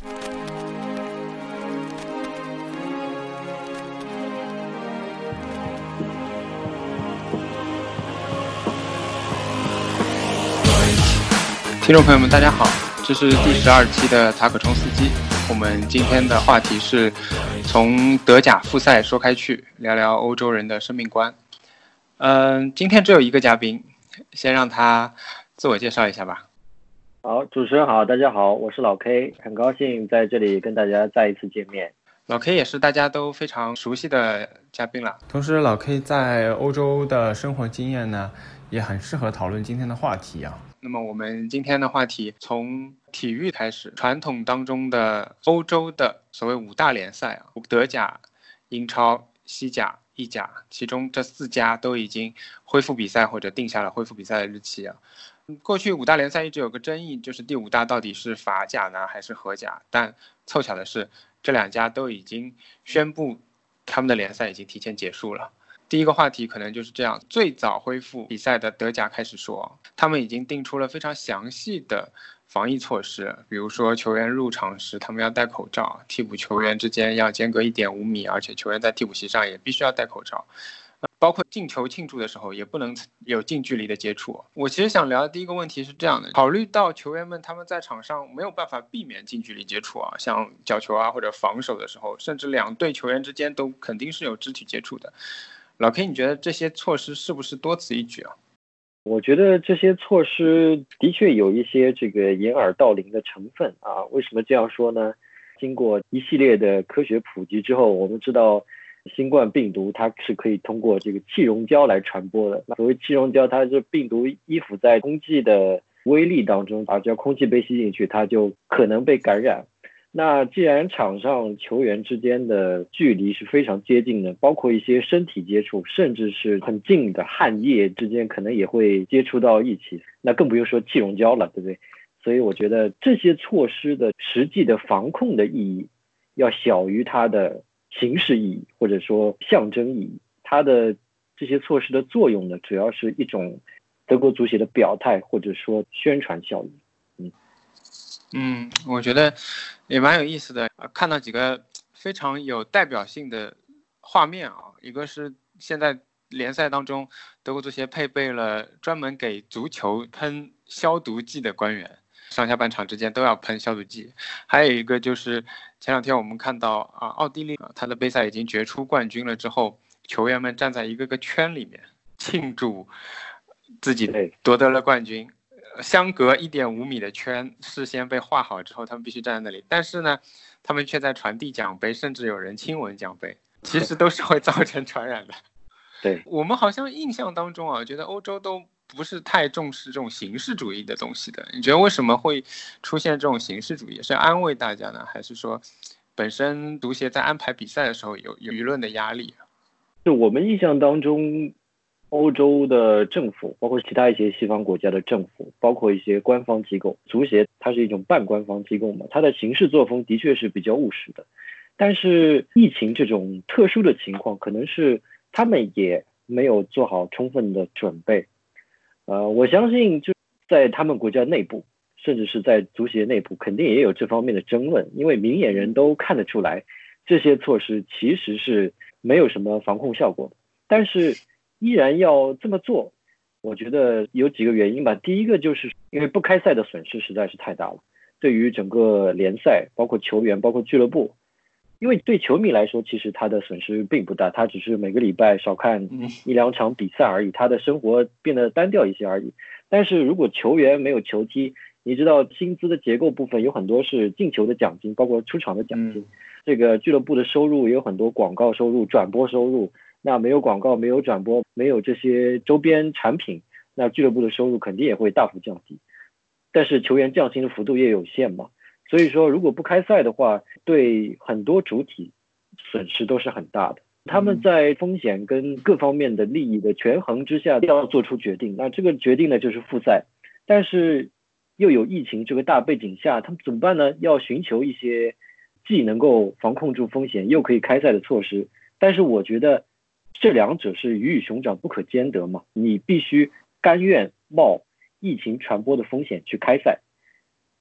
听众朋友们大家好，这是第12期的塔可冲司机。我们今天的话题是从德甲复赛说开去，聊聊欧洲人的生命观。今天只有一个嘉宾，先让他自我介绍一下吧。 好，主持人好，大家好，我是老 K， 很高兴在这里跟大家再一次见面。 老 K 也是大家都非常熟悉的嘉宾了，同时老 K 在欧洲的生活经验呢，也很适合讨论今天的话题啊。那么我们今天的话题从体育开始，传统当中的欧洲的所谓5大联赛啊，德甲、英超、西甲、意甲，其中这4家都已经恢复比赛或者定下了恢复比赛的日期啊。过去5大联赛一直有个争议，就是第5大到底是法甲呢还是荷甲，但凑巧的是这2家都已经宣布他们的联赛已经提前结束了。第一个话题可能就是这样，最早恢复比赛的德甲开始说，他们已经定出了非常详细的防疫措施，比如说球员入场时他们要戴口罩，替补球员之间要间隔1.5米，而且球员在替补席上也必须要戴口罩，包括进球庆祝的时候也不能有近距离的接触。我其实想聊的第一个问题是这样的，考虑到球员们他们在场上没有办法避免近距离接触啊，像角球啊或者防守的时候，甚至2队球员之间都肯定是有肢体接触的。老 K， 你觉得这些措施是不是多此一举啊？ 我觉得这些措施的确有一些这个掩耳盗铃的成分啊。为什么这样说呢？经过一系列的科学普及之后，我们知道新冠病毒它是可以通过这个气溶胶来传播的。所谓气溶胶，它是病毒依附在空气的微粒当中，只要空气被吸进去，它就可能被感染。那既然场上球员之间的距离是非常接近的，包括一些身体接触，甚至是很近的汗液之间可能也会接触到一起，那更不用说气溶胶了，对不对？所以我觉得这些措施的实际的防控的意义要小于它的形式意义，或者说象征意义。它的这些措施的作用呢，主要是一种德国足协的表态，或者说宣传效益。 我觉得也蛮有意思的，看到几个非常有代表性的画面啊。一个是现在联赛当中，德国足协配备了专门给足球喷消毒剂的官员，上下半场之间都要喷消毒剂。还有一个就是前2天我们看到奥地利他的杯赛已经决出冠军了之后，球员们站在一个个圈里面庆祝自己夺得了冠军。相隔1.5米的圈事先被画好之后，他们必须站在那里，但是呢他们却在传递奖杯，甚至有人亲吻奖杯，其实都是会造成传染的。 对， 我们好像印象当中觉得欧洲都不是太重视这种形式主义的东西的。你觉得为什么会出现这种形式主义？是安慰大家呢，还是说本身足协在安排比赛的时候有舆论的压力？ 就我们印象当中，欧洲的政府，包括其他一些西方国家的政府，包括一些官方机构，足协它是一种半官方机构嘛，它的行事作风的确是比较务实的。但是疫情这种特殊的情况，可能是他们也没有做好充分的准备。我相信就在他们国家内部，甚至是在足协内部，肯定也有这方面的争论，因为明眼人都看得出来，这些措施其实是没有什么防控效果的。但是依然要这么做，我觉得有几个原因吧。第一个就是因为不开赛的损失实在是太大了，对于整个联赛，包括球员，包括俱乐部。因为对球迷来说，其实他的损失并不大，他只是每个礼拜少看1-2场比赛而已，他的生活变得单调一些而已。但是如果球员没有球踢，你知道薪资的结构部分有很多是进球的奖金，包括出场的奖金，这个俱乐部的收入也有很多广告收入、转播收入。那没有广告，没有转播，没有这些周边产品，那俱乐部的收入肯定也会大幅降低。但是球员降薪的幅度也有限嘛，所以说如果不开赛的话，对很多主体损失都是很大的。他们在风险跟各方面的利益的权衡之下要做出决定，那这个决定呢就是复赛。但是又有疫情这个大背景下，他们怎么办呢？要寻求一些既能够防控住风险又可以开赛的措施。但是我觉得这两者是鱼与熊掌不可兼得嘛，你必须甘愿冒疫情传播的风险去开赛。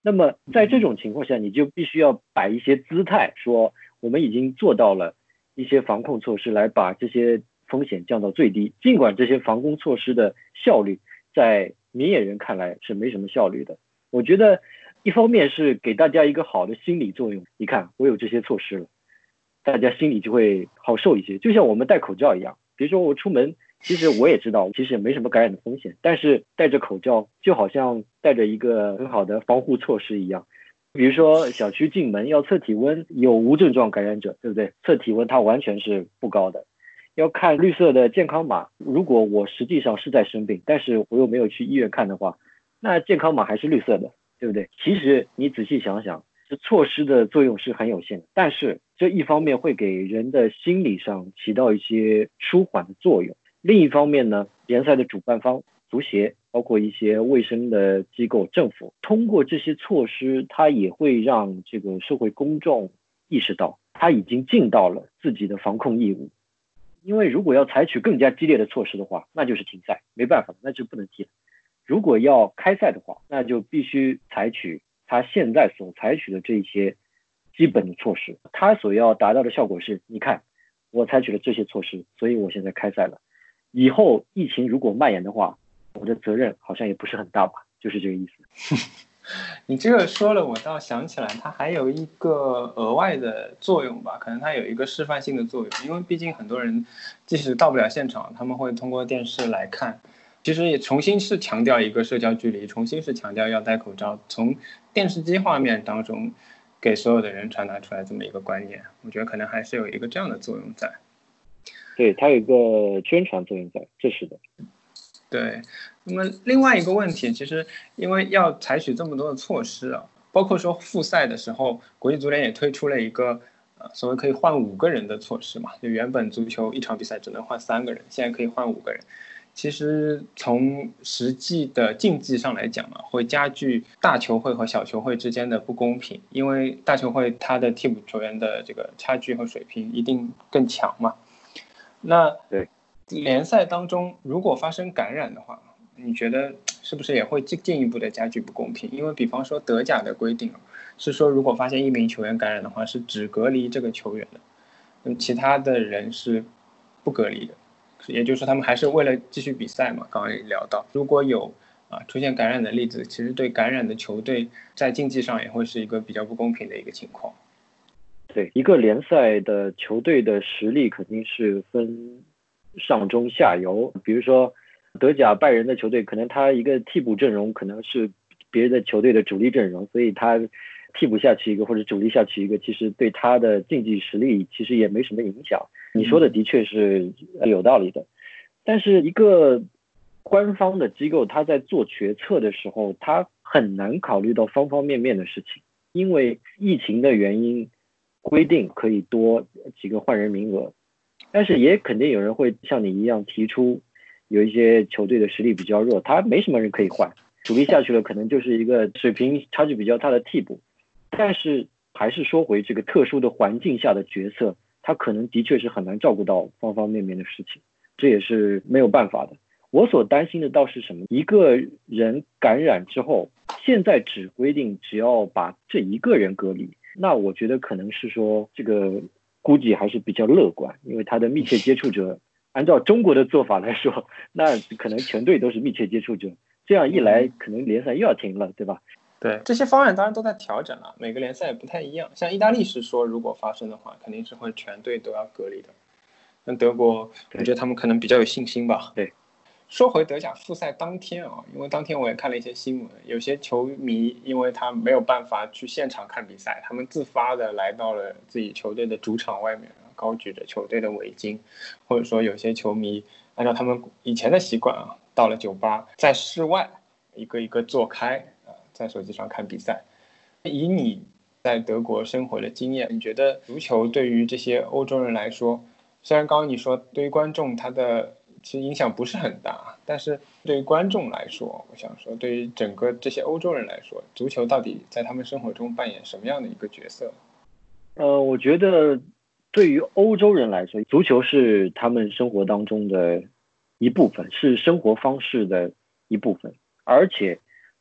那么在这种情况下，你就必须要摆一些姿态，说我们已经做到了一些防控措施，来把这些风险降到最低。尽管这些防控措施的效率在明眼人看来是没什么效率的，我觉得一方面是给大家一个好的心理作用，你看我有这些措施了，大家心里就会好受一些。就像我们戴口罩一样，比如说我出门，其实我也知道其实也没什么感染的风险，但是戴着口罩就好像戴着一个很好的防护措施一样。比如说小区进门要测体温，有无症状感染者，对不对？测体温它完全是不高的，要看绿色的健康码。如果我实际上是在生病，但是我又没有去医院看的话，那健康码还是绿色的，对不对？其实你仔细想想，这措施的作用是很有限的，但是这一方面会给人的心理上起到一些舒缓的作用。另一方面呢，联赛的主办方足协包括一些卫生的机构、政府，通过这些措施，它也会让这个社会公众意识到，他已经尽到了自己的防控义务。因为如果要采取更加激烈的措施的话，那就是停赛，没办法，那就不能踢了。如果要开赛的话，那就必须采取他现在所采取的这些基本的措施。他所要达到的效果是，你看，我采取了这些措施，所以我现在开赛了。以后疫情如果蔓延的话，我的责任好像也不是很大吧，就是这个意思。 你这个说了，我倒想起来，它还有一个额外的作用吧，可能它有一个示范性的作用，因为毕竟很多人即使到不了现场，他们会通过电视来看。其实也重新是强调一个社交距离，重新是强调要戴口罩，从电视机画面当中给所有的人传达出来这么一个观念，我觉得可能还是有一个这样的作用在。 对，它有一个宣传作用在，这是的。 对，那么另外一个问题，其实因为要采取这么多的措施啊，包括说复赛的时候，国际足联也推出了一个所谓可以换5个人的措施嘛，就原本足球一场比赛只能换3个人，现在可以换5个人。其实从实际的竞技上来讲啊，会加剧大球会和小球会之间的不公平，因为大球会它的替补球员的这个差距和水平一定更强嘛。那对联赛当中如果发生感染的话，你觉得是不是也会进一步的加剧不公平？因为比方说德甲的规定是说，如果发现1名球员感染的话，是只隔离这个球员的，那么其他的人是不隔离的。也就是说他们还是为了继续比赛嘛，刚刚也聊到，如果有出现感染的例子，其实对感染的球队在竞技上也会是一个比较不公平的一个情况。 对，一个联赛的球队的实力肯定是分上中下游，比如说德甲拜仁的球队，可能他一个替补阵容可能是别人的球队的主力阵容，所以他替补下去一个或者主力下去一个，其实对他的竞技实力其实也没什么影响。你说的的确是有道理的，但是一个官方的机构他在做决策的时候，他很难考虑到方方面面的事情，因为疫情的原因规定可以多几个换人名额，但是也肯定有人会像你一样提出有一些球队的实力比较弱，他没什么人可以换，主力下去了可能就是一个水平差距比较大的替补。但是还是说回这个特殊的环境下的角色，他可能的确是很难照顾到方方面面的事情，这也是没有办法的。我所担心的倒是什么，一个人感染之后，现在只规定只要把这一个人隔离，那我觉得可能是说这个估计还是比较乐观，因为他的密切接触者按照中国的做法来说，那可能全队都是密切接触者，这样一来可能联赛又要停了，对吧？ 对，这些方案当然都在调整了，每个联赛也不太一样。像意大利是说，如果发生的话，肯定是会全队都要隔离的。那德国，我觉得他们可能比较有信心吧。 对。 说回德甲复赛当天啊，因为当天我也看了一些新闻，有些球迷因为他没有办法去现场看比赛，他们自发的来到了自己球队的主场外面，高举着球队的围巾，或者说有些球迷按照他们以前的习惯啊，到了酒吧，在室外一个一个坐开在手机上看比赛。以你在德国生活的经验，你觉得足球对于这些欧洲人来说，虽然刚刚你说对于观众他的其实影响不是很大，但是对于观众来说，我想说对于整个这些欧洲人来说，足球到底在他们生活中扮演什么样的一个角色？ 我觉得对于欧洲人来说，足球是他们生活当中的一部分，是生活方式的一部分，而且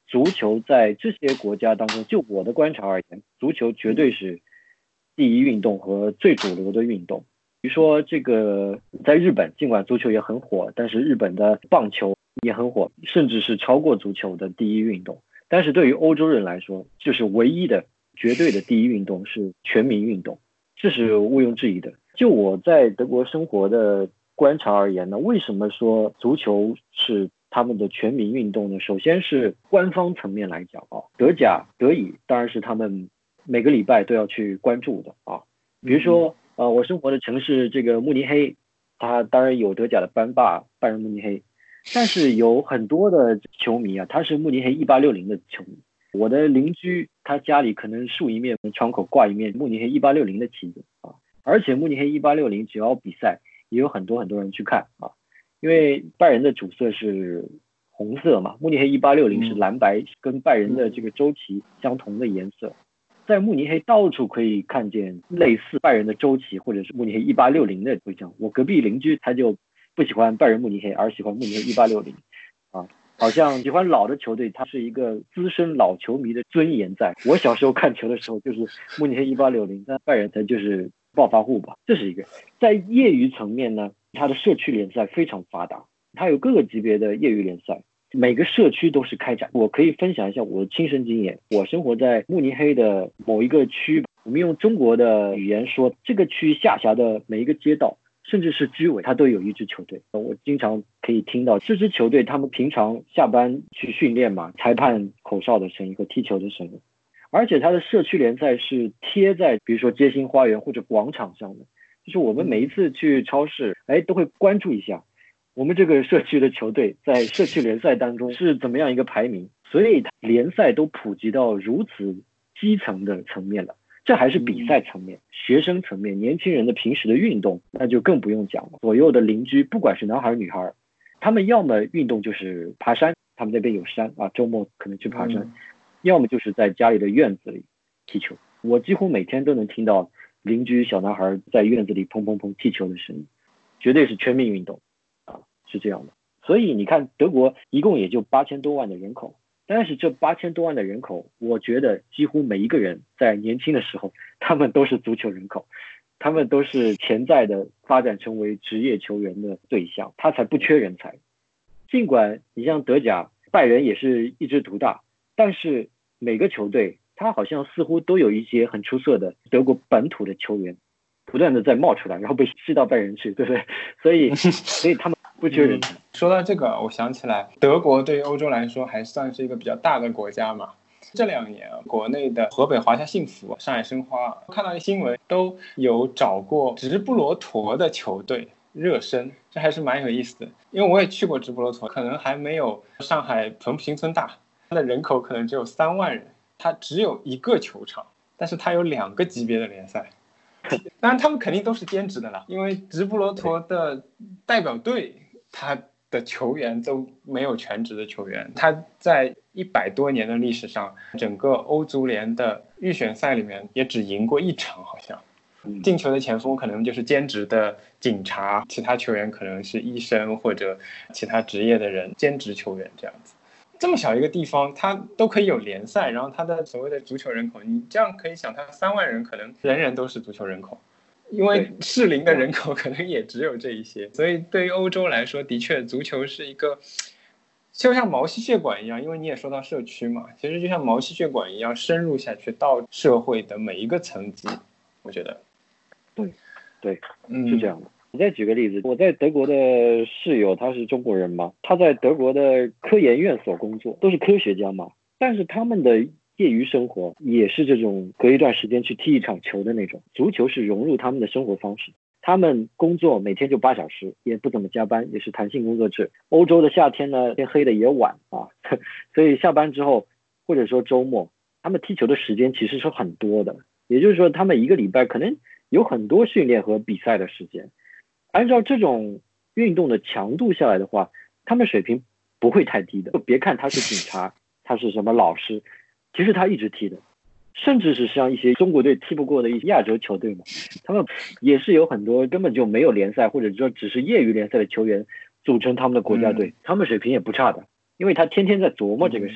足球在这些国家当中，就我的观察而言，足球绝对是第一运动和最主流的运动。比如说这个在日本，尽管足球也很火，但是日本的棒球也很火，甚至是超过足球的第一运动。但是对于欧洲人来说，就是唯一的绝对的第一运动是全民运动，这是毋庸置疑的。就我在德国生活的观察而言呢，为什么说足球是他们的全民运动呢？首先是官方层面来讲啊，德甲、德乙当然是他们每个礼拜都要去关注的啊。比如说我生活的城市这个慕尼黑，它当然有德甲的班霸拜仁慕尼黑，但是有很多的球迷啊，他是慕尼黑1860的球迷。我的邻居他家里可能竖一面窗口挂一面慕尼黑1860的旗子啊，而且慕尼黑1860只要比赛也有很多人去看啊，因为拜仁的主色是红色嘛，慕尼黑1860是蓝白，跟拜仁的这个周旗相同的颜色。在慕尼黑到处可以看见类似拜仁的周旗或者是慕尼黑1860的徽章。我隔壁邻居他就不喜欢拜仁慕尼黑，而喜欢慕尼黑1860啊，好像喜欢老的球队，他是一个资深老球迷的尊严在。我小时候看球的时候就是慕尼黑1860，但拜仁他就是暴发户吧，这是一个。在业余层面呢，他的社区联赛非常发达，他有各个级别的业余联赛，每个社区都是开展。我可以分享一下我的亲身经验，我生活在慕尼黑的某一个区，我们用中国的语言说，这个区下辖的每一个街道甚至是居委，它都有一支球队。我经常可以听到这支球队他们平常下班去训练嘛，裁判口哨的声音和踢球的声音，而且它的社区联赛是贴在比如说街心花园或者广场上的，就是我们每一次去超市都会关注一下我们这个社区的球队在社区联赛当中是怎么样一个排名。所以联赛都普及到如此基层的层面了，这还是比赛层面，学生层面，年轻人的平时的运动那就更不用讲了。左右的邻居不管是男孩女孩，他们要么运动就是爬山，他们那边有山啊，周末可能去爬山，要么就是在家里的院子里踢球。我几乎每天都能听到邻居小男孩在院子里砰砰砰踢球的声音，绝对是全民运动啊，是这样的。所以你看德国一共也就8000多万的人口，但是这8000多万的人口，我觉得几乎每一个人在年轻的时候他们都是足球人口，他们都是潜在的发展成为职业球员的对象，他才不缺人才。尽管你像德甲拜仁也是一枝独大，但是每个球队他好像似乎都有一些很出色的德国本土的球员不断的在冒出来，然后被吸到拜仁去，对不对？所以他们不缺人才。 说到这个，我想起来，德国对于欧洲来说还算是一个比较大的国家嘛。这2年国内的河北华夏幸福、上海申花，看到一新闻都有找过直布罗陀的球队热身，这还是蛮有意思的。因为我也去过直布罗陀，可能还没有上海彭浦新村大，它的人口可能只有3万人，它只有1个球场，但是它有2个级别的联赛。当然他们肯定都是兼职的啦，因为直布罗陀的代表队他的球员都没有全职的球员，他在100多年的历史上，整个欧足联的预选赛里面也只赢过1场，好像进球的前锋可能就是兼职的警察，其他球员可能是医生或者其他职业的人，兼职球员这样子。这么小一个地方它都可以有联赛，然后它的所谓的足球人口，你这样可以想，它3万人可能人人都是足球人口，因为适龄的人口可能也只有这一些。所以对于欧洲来说，的确足球是一个就像毛细血管一样，因为你也说到社区嘛，其实就像毛细血管一样深入下去到社会的每一个层级，我觉得对，是这样的。我再举个例子，我在德国的室友他是中国人嘛，他在德国的科研院所工作，都是科学家嘛，但是他们的业余生活也是这种隔一段时间去踢一场球的那种，足球是融入他们的生活方式。他们工作每天就8小时，也不怎么加班，也是弹性工作制。欧洲的夏天呢，天黑的也晚啊，所以下班之后或者说周末，他们踢球的时间其实是很多的，也就是说他们一个礼拜可能有很多训练和比赛的时间。按照这种运动的强度下来的话，他们水平不会太低的。别看他是警察，他是什么老师，其实他一直踢的，甚至是像一些中国队踢不过的一些亚洲球队嘛，他们也是有很多根本就没有联赛或者说只是业余联赛的球员组成他们的国家队，他们水平也不差的，因为他天天在琢磨这个事情，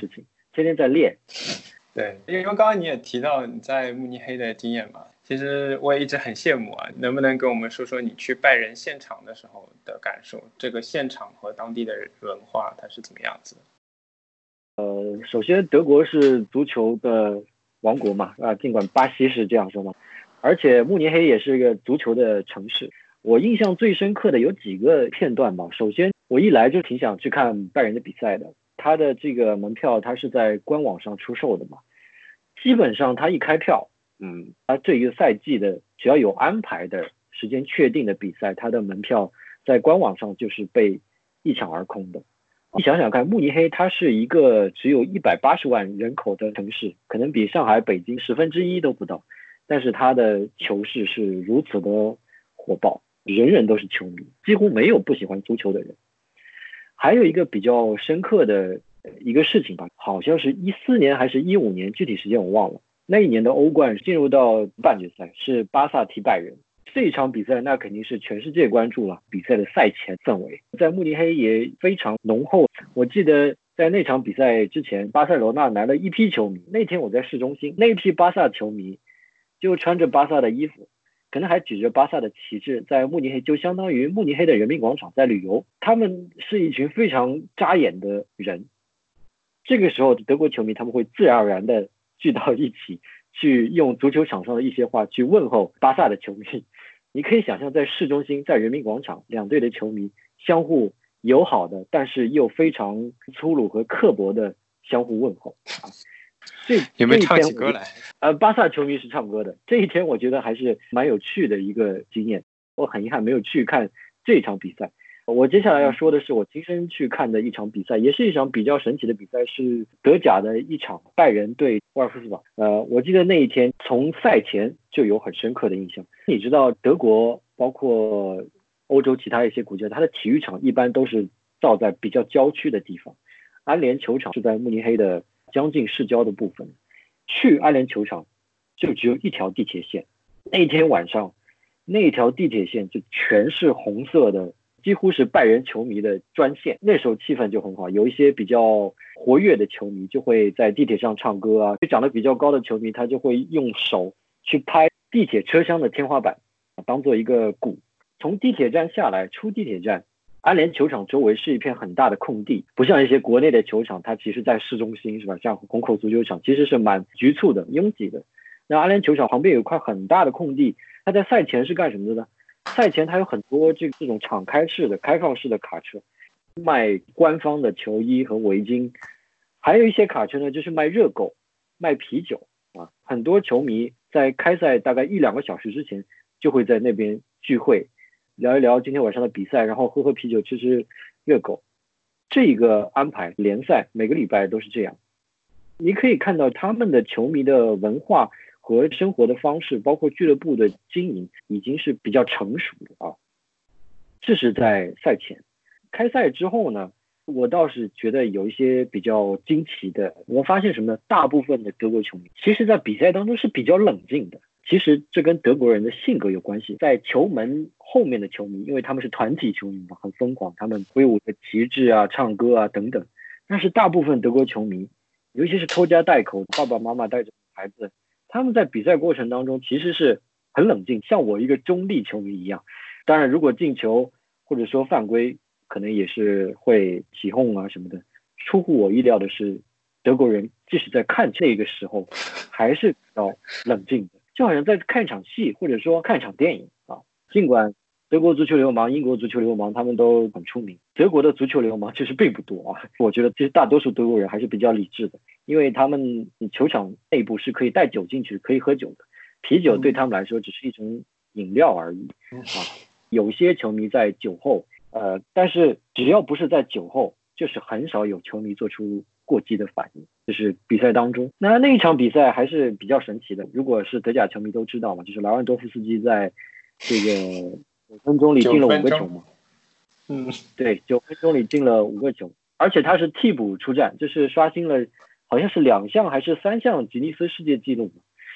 天天在练。 对，因为刚刚你也提到你在慕尼黑的经验嘛，其实我也一直很羡慕啊，能不能跟我们说说你去拜仁现场的时候的感受？这个现场和当地的文化它是怎么样子的？ 首先德国是足球的王国嘛，尽管巴西是这样说嘛，而且慕尼黑也是一个足球的城市。我印象最深刻的有几个片段吧。首先，我一来就挺想去看拜仁的比赛的，他的这个门票他是在官网上出售的嘛，基本上他一开票，他这一个赛季的只要有安排的时间确定的比赛，他的门票在官网上就是被一抢而空的。你想想看，慕尼黑它是一个只有180万人口的城市，可能比上海、北京1/10都不到，但是它的球市是如此的火爆，人人都是球迷，几乎没有不喜欢足球的人。还有一个比较深刻的一个事情吧，好像是14年还是15年，具体时间我忘了。那一年的欧冠进入到半决赛，是巴萨踢拜仁。这一场比赛那肯定是全世界关注了，比赛的赛前氛围在慕尼黑也非常浓厚。我记得在那场比赛之前，巴塞罗那来了一批球迷，那天我在市中心，那批巴萨球迷就穿着巴萨的衣服，可能还举着巴萨的旗帜，在慕尼黑就相当于慕尼黑的人民广场在旅游。他们是一群非常扎眼的人，这个时候德国球迷他们会自然而然的聚到一起，去用足球场上的一些话去问候巴萨的球迷。你可以想象在市中心，在人民广场，两队的球迷相互友好的，但是又非常粗鲁和刻薄的相互问候。 有没有唱起歌来？ 巴萨球迷是唱歌的。这一天我觉得还是蛮有趣的一个经验。我很遗憾没有去看这场比赛。我接下来要说的是我亲身去看的一场比赛，也是一场比较神奇的比赛，是德甲的一场拜仁对沃尔夫斯堡。我记得那一天从赛前就有很深刻的印象。你知道德国包括欧洲其他一些国家，它的体育场一般都是造在比较郊区的地方。安联球场是在慕尼黑的将近市郊的部分，去安联球场就只有一条地铁线。那天晚上那条地铁线就全是红色的，几乎是拜仁球迷的专线。那时候气氛就很好，有一些比较活跃的球迷就会在地铁上唱歌啊，长得比较高的球迷他就会用手去拍地铁车厢的天花板，当做一个鼓。从地铁站下来，出地铁站，安联球场周围是一片很大的空地，不像一些国内的球场，它其实在市中心，是吧？像虹口足球场其实是蛮局促的、拥挤的。那安联球场旁边有一块很大的空地，它在赛前是干什么的呢？赛前它有很多这种敞开式的、开放式的卡车，卖官方的球衣和围巾，还有一些卡车呢，就是卖热狗、卖啤酒啊。很多球迷在开赛大概1-2个小时之前就会在那边聚会，聊一聊今天晚上的比赛，然后喝喝啤酒、吃吃热狗。这个安排联赛每个礼拜都是这样。你可以看到他们的球迷的文化和生活的方式，包括俱乐部的经营，已经是比较成熟的啊。这是在赛前。开赛之后呢，我倒是觉得有一些比较惊奇的。我发现什么呢？大部分的德国球迷其实在比赛当中是比较冷静的。其实这跟德国人的性格有关系。在球门后面的球迷，因为他们是团体球迷嘛，很疯狂，他们挥舞着旗帜啊、唱歌啊等等。但是大部分德国球迷，尤其是拖家带口，爸爸妈妈带着孩子，他们在比赛过程当中其实是很冷静，像我一个中立球迷一样。当然如果进球或者说犯规，可能也是会起哄啊什么的。出乎我意料的是，德国人即使在看这个时候还是比较冷静的，就好像在看一场戏或者说看一场电影啊。尽管德国足球流氓、英国足球流氓他们都很出名，德国的足球流氓其实并不多啊。我觉得其实大多数德国人还是比较理智的，因为他们球场内部是可以带酒进去，可以喝酒的，啤酒对他们来说只是一种饮料而已啊。有些球迷在酒后但是只要不是在酒后，就是很少有球迷做出过激的反应，就是比赛当中。那一场比赛还是比较神奇的，如果是德甲球迷都知道嘛，就是莱万多夫斯基在这个9分钟里进了5个球嘛。对，9分钟里进了5个球，而且他是替补出战，就是刷新了好像是2项还是3项吉尼斯世界纪录。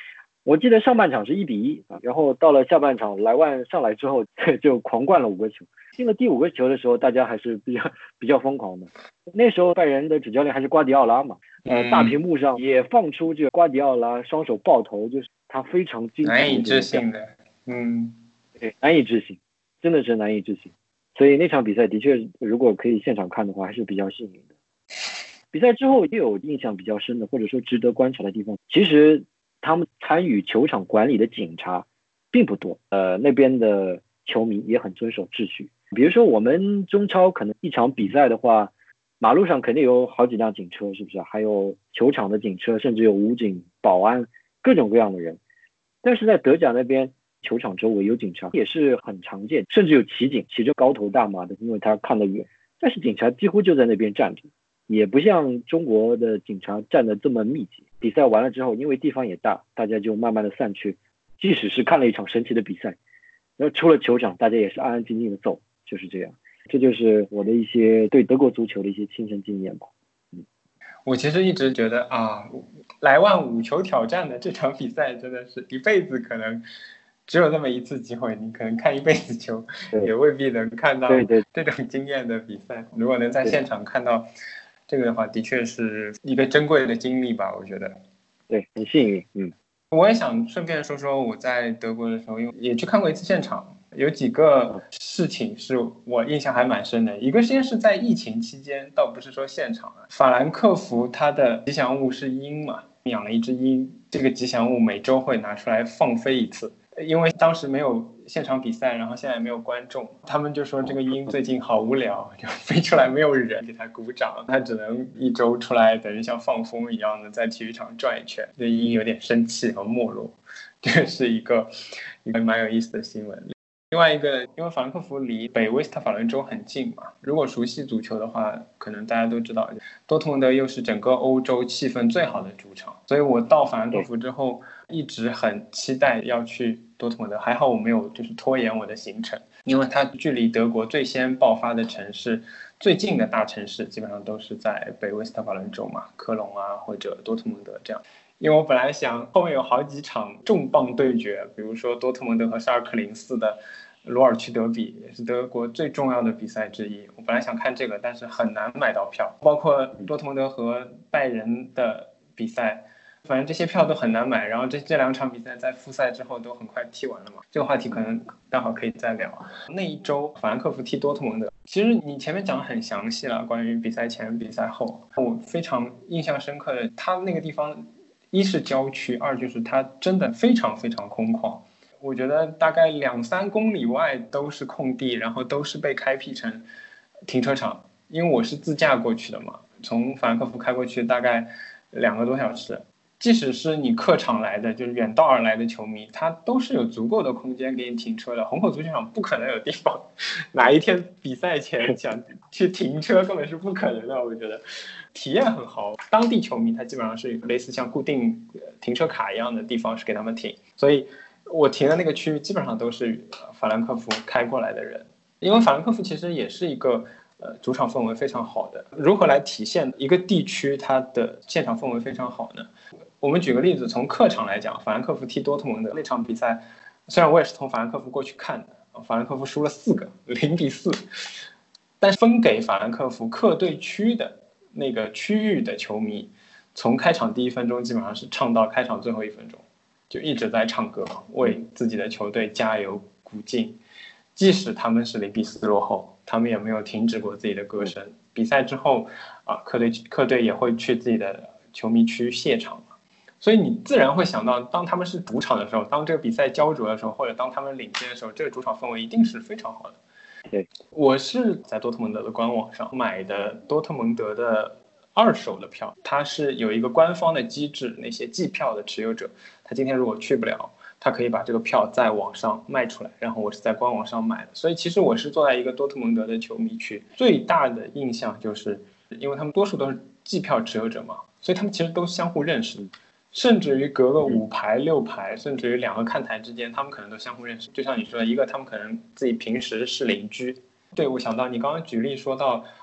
我记得上半场是1-1啊，然后到了下半场莱万上来之后就狂灌了5个球，进了第5个球的时候，大家还是比较疯狂的。那时候拜仁的主教练还是瓜迪奥拉嘛，大屏幕上也放出这个瓜迪奥拉双手抱头，就是他非常精彩的难以置信的， 对，难以置信，真的是难以置信。所以那场比赛的确，如果可以现场看的话，还是比较幸运的。比赛之后也有印象比较深的，或者说值得观察的地方。其实他们参与球场管理的警察并不多，那边的球迷也很遵守秩序。比如说我们中超可能一场比赛的话，马路上肯定有好几辆警车，是不是？还有球场的警车，甚至有武警、保安，各种各样的人。但是在德甲那边，球场周围有警察也是很常见，甚至有骑警骑着高头大马的，因为他看得远。但是警察几乎就在那边站着，也不像中国的警察站得这么密集。比赛完了之后，因为地方也大，大家就慢慢的散去，即使是看了一场神奇的比赛，然后出了球场，大家也是安安静静的走，就是这样。这就是我的一些对德国足球的一些亲身经验吧。 我其实一直觉得啊，莱万5球挑战的这场比赛真的是一辈子可能只有这么一次机会，你可能看一辈子球也未必能看到这种经验的比赛。如果能在现场看到这个的话，的确是一个珍贵的经历吧，我觉得。 对，很幸运。 我也想顺便说说我在德国的时候，因为也去看过一次现场，有几个事情是我印象还蛮深的。一个先是在疫情期间，倒不是说现场啊，法兰克福它的吉祥物是鹰嘛，养了一只鹰，这个吉祥物每周会拿出来放飞一次。因为当时没有现场比赛，然后现在也没有观众，他们就说这个鹰最近好无聊，就飞出来没有人给他鼓掌，他只能一周出来，等于像放风一样的在体育场转一圈。这鹰有点生气和没落，这是一个蛮有意思的新闻。另外一个，因为法兰克福离北威斯特法伦州很近嘛，如果熟悉足球的话，可能大家都知道，多特蒙德又是整个欧洲气氛最好的主场，所以我到法兰克福之后，一直很期待要去多特蒙德。还好我没有就是拖延我的行程，因为它距离德国最先爆发的城市最近的大城市，基本上都是在北威斯特法伦州嘛，科隆啊或者多特蒙德这样。因为我本来想后面有好几场重磅对决，比如说多特蒙德和沙尔克零四的罗尔区德比，也是德国最重要的比赛之一。我本来想看这个，但是很难买到票，包括多特蒙德和拜仁的比赛，反正这些票都很难买。然后这2场比赛在复赛之后都很快踢完了嘛，这个话题可能待会儿可以再聊。那一周法兰克福踢多特蒙德，其实你前面讲得很详细了，关于比赛前比赛后，我非常印象深刻的，他那个地方一是郊区，二就是它真的非常非常空旷。我觉得大概2-3公里外都是空地，然后都是被开辟成停车场。因为我是自驾过去的嘛，从法兰克福开过去大概2个多小时。即使是你客场来的，就是远道而来的球迷，他都是有足够的空间给你停车的。虹口足球场不可能有地方，哪一天比赛前想去停车根本是不可能的。我觉得体验很好，当地球迷他基本上是类似像固定停车卡一样的地方是给他们停，所以我停的那个区域基本上都是法兰克福开过来的人。因为法兰克福其实也是一个主场氛围非常好的。如何来体现一个地区它的现场氛围非常好呢？我们举个例子，从客场来讲，法兰克福踢多特蒙德那场比赛，虽然我也是从法兰克福过去看的，法兰克福输了4个，0-4，但分给法兰克福客队区的那个区域的球迷，从开场第1分钟基本上是唱到开场最后1分钟，就一直在唱歌，为自己的球队加油鼓劲。即使他们是0-4落后，他们也没有停止过自己的歌声。比赛之后客队也会去自己的球迷区谢场。所以你自然会想到，当他们是主场的时候，当这个比赛焦灼的时候，或者当他们领先的时候，这个主场氛围一定是非常好的。 对， 我是在多特蒙德的官网上买的多特蒙德的2手的票，它是有一个官方的机制，那些季票的持有者，他今天如果去不了，他可以把这个票在网上卖出来，然后我是在官网上买的。所以其实我是坐在一个多特蒙德的球迷区，最大的印象就是因为他们多数都是季票持有者嘛，所以他们其实都相互认识，甚至于隔个5排6排，甚至于2个看台之间，他们可能都相互认识。就像你说的，一个他们可能自己平时是邻居。对，我想到你刚刚举例说到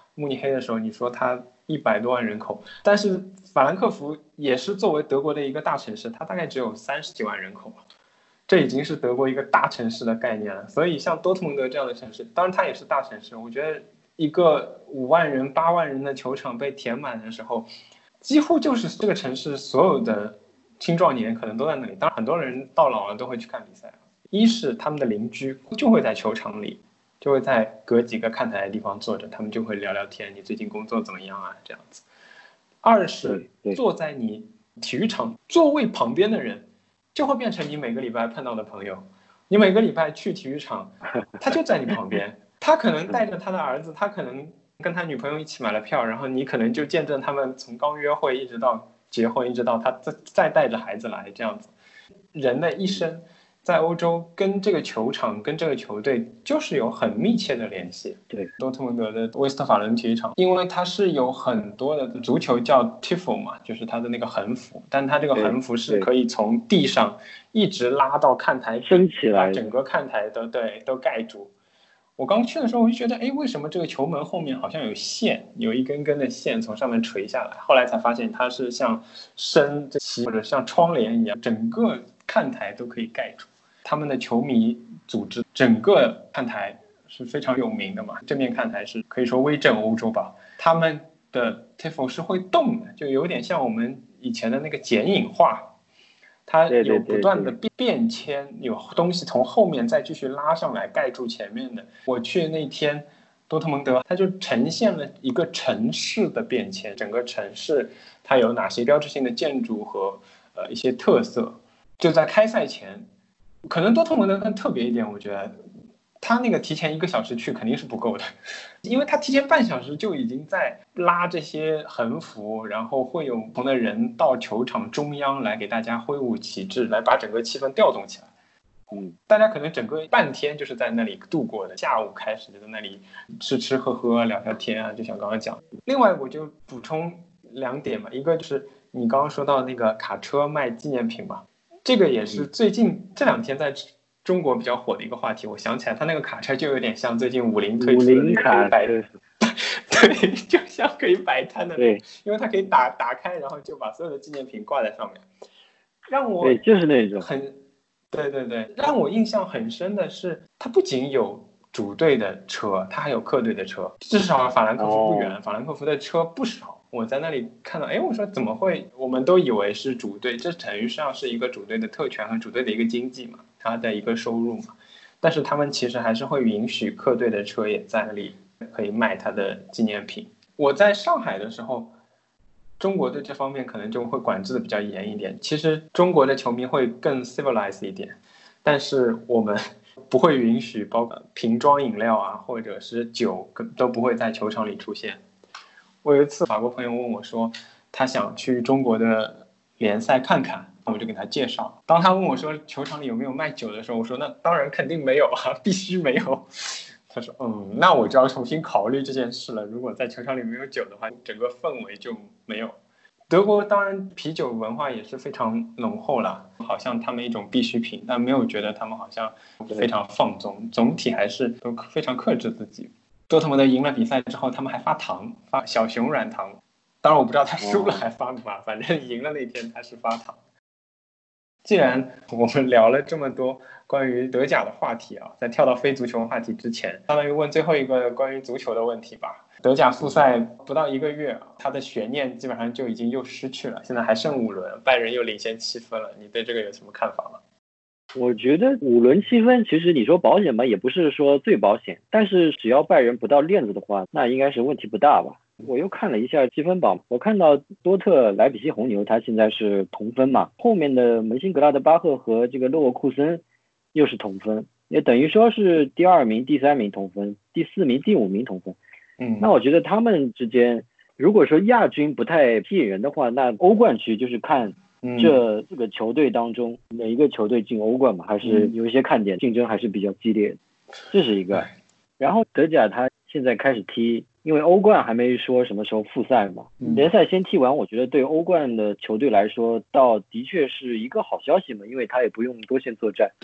慕尼黑的时候，你说它100多万人口，但是法兰克福也是作为德国的一个大城市，它大概只有30几万人口，这已经是德国一个大城市的概念了。所以像多特蒙德这样的城市，当然它也是大城市，我觉得一个5万人、8万人的球场被填满的时候，几乎就是这个城市所有的青壮年可能都在那里。当然很多人到老了都会去看比赛，一是他们的邻居就会在球场里，就会在隔几个看台的地方坐着，他们就会聊聊天，你最近工作怎么样啊这样子。二是坐在你体育场座位旁边的人就会变成你每个礼拜碰到的朋友，你每个礼拜去体育场他就在你旁边，他可能带着他的儿子，他可能跟他女朋友一起买了票，然后你可能就见证他们从刚约会一直到结婚，一直到他再带着孩子来这样子。人的一生在欧洲跟这个球场跟这个球队就是有很密切的联系。 对， 多特蒙德的威斯特法伦体育场，因为它是有很多的足球叫 Tifo 嘛，就是它的那个横幅，但它这个横幅是可以从地上一直拉到看台升起来， 把整个看台都盖住。我刚去的时候我就觉得，哎，为什么这个球门后面好像有线，有一根根的线从上面垂下来？后来才发现它是像升旗或者像窗帘一样，整个看台都可以盖住。他们的球迷组织整个看台是非常有名的嘛，这面看台是可以说威震欧洲吧。他们的 Tifo 是会动的，就有点像我们以前的那个剪影画，它有不断的变迁，有东西从后面再继续拉上来盖住前面的。我去那天多特蒙德，它就呈现了一个城市的变迁，整个城市它有哪些标志性的建筑和一些特色。就在开赛前，可能多特蒙德更特别一点，我觉得他那个提前1个小时去肯定是不够的，因为他提前半小时就已经在拉这些横幅，然后会有不同的人到球场中央来给大家挥舞旗帜，来把整个气氛调动起来。大家可能整个半天就是在那里度过的，下午开始就在那里吃吃喝喝聊聊天啊，就像刚刚讲。另外我就补充2点嘛，一个就是你刚刚说到那个卡车卖纪念品嘛，这个也是最近这2天在中国比较火的一个话题。我想起来，他那个卡车就有点像最近50推出的那个卡， 对，就像可以摆摊的， 对， 因为它可以打开，然后就把所有的纪念品挂在上面，让我对，就是那种对，让我印象很深的是，它不仅有主队的车，它还有客队的车，至少法兰克福不远，法兰克福的车不少。我在那里看到，哎，我说怎么会？我们都以为是主队，这等于上是一个主队的特权和主队的一个经济嘛，它的一个收入嘛。但是他们其实还是会允许客队的车也在那里可以卖它的纪念品。我在上海的时候，中国对这方面可能就会管制的比较严一点。其实中国的球迷会更 civilized 一点，但是我们不会允许包括瓶装饮料啊，或者是酒都不会在球场里出现。我有一次法国朋友问我说，他想去中国的联赛看看，我就给他介绍。当他问我说球场里有没有卖酒的时候，我说那当然肯定没有啊，必须没有。他说那我就要重新考虑这件事了。如果在球场里没有酒的话，整个氛围就没有。德国当然啤酒文化也是非常浓厚了，好像他们一种必需品，但没有觉得他们好像非常放纵，总体还是都非常克制自己。多特蒙德赢了比赛之后，他们还发糖，发小熊软糖。当然我不知道他输了还发不发，反正赢了那天他是发糖。既然我们聊了这么多关于德甲的话题啊，在跳到非足球话题之前，相当于问最后一个关于足球的问题吧。德甲复赛不到1个月，它的悬念基本上就已经又失去了，现在还剩5轮，拜仁又领先7分了，你对这个有什么看法吗？ 我觉得5轮7分，其实你说保险吧，也不是说最保险，但是只要拜仁不到链子的话，那应该是问题不大吧。我又看了一下积分榜，我看到多特莱比锡红牛它现在是同分嘛，后面的门兴格拉德巴赫和这个勒沃库森又是同分，也等于说是第2名、第3名同分，第4名、第5名同分。那我觉得他们之间，如果说亚军不太吸引人的话，那欧冠区就是看这4个球队当中哪一个球队进欧冠嘛，还是有一些看点，竞争还是比较激烈的，这是一个。然后德甲他现在开始踢，因为欧冠还没说什么时候复赛嘛，联赛先踢完，我觉得对欧冠的球队来说倒的确是一个好消息嘛，因为他也不用多线作战。 对，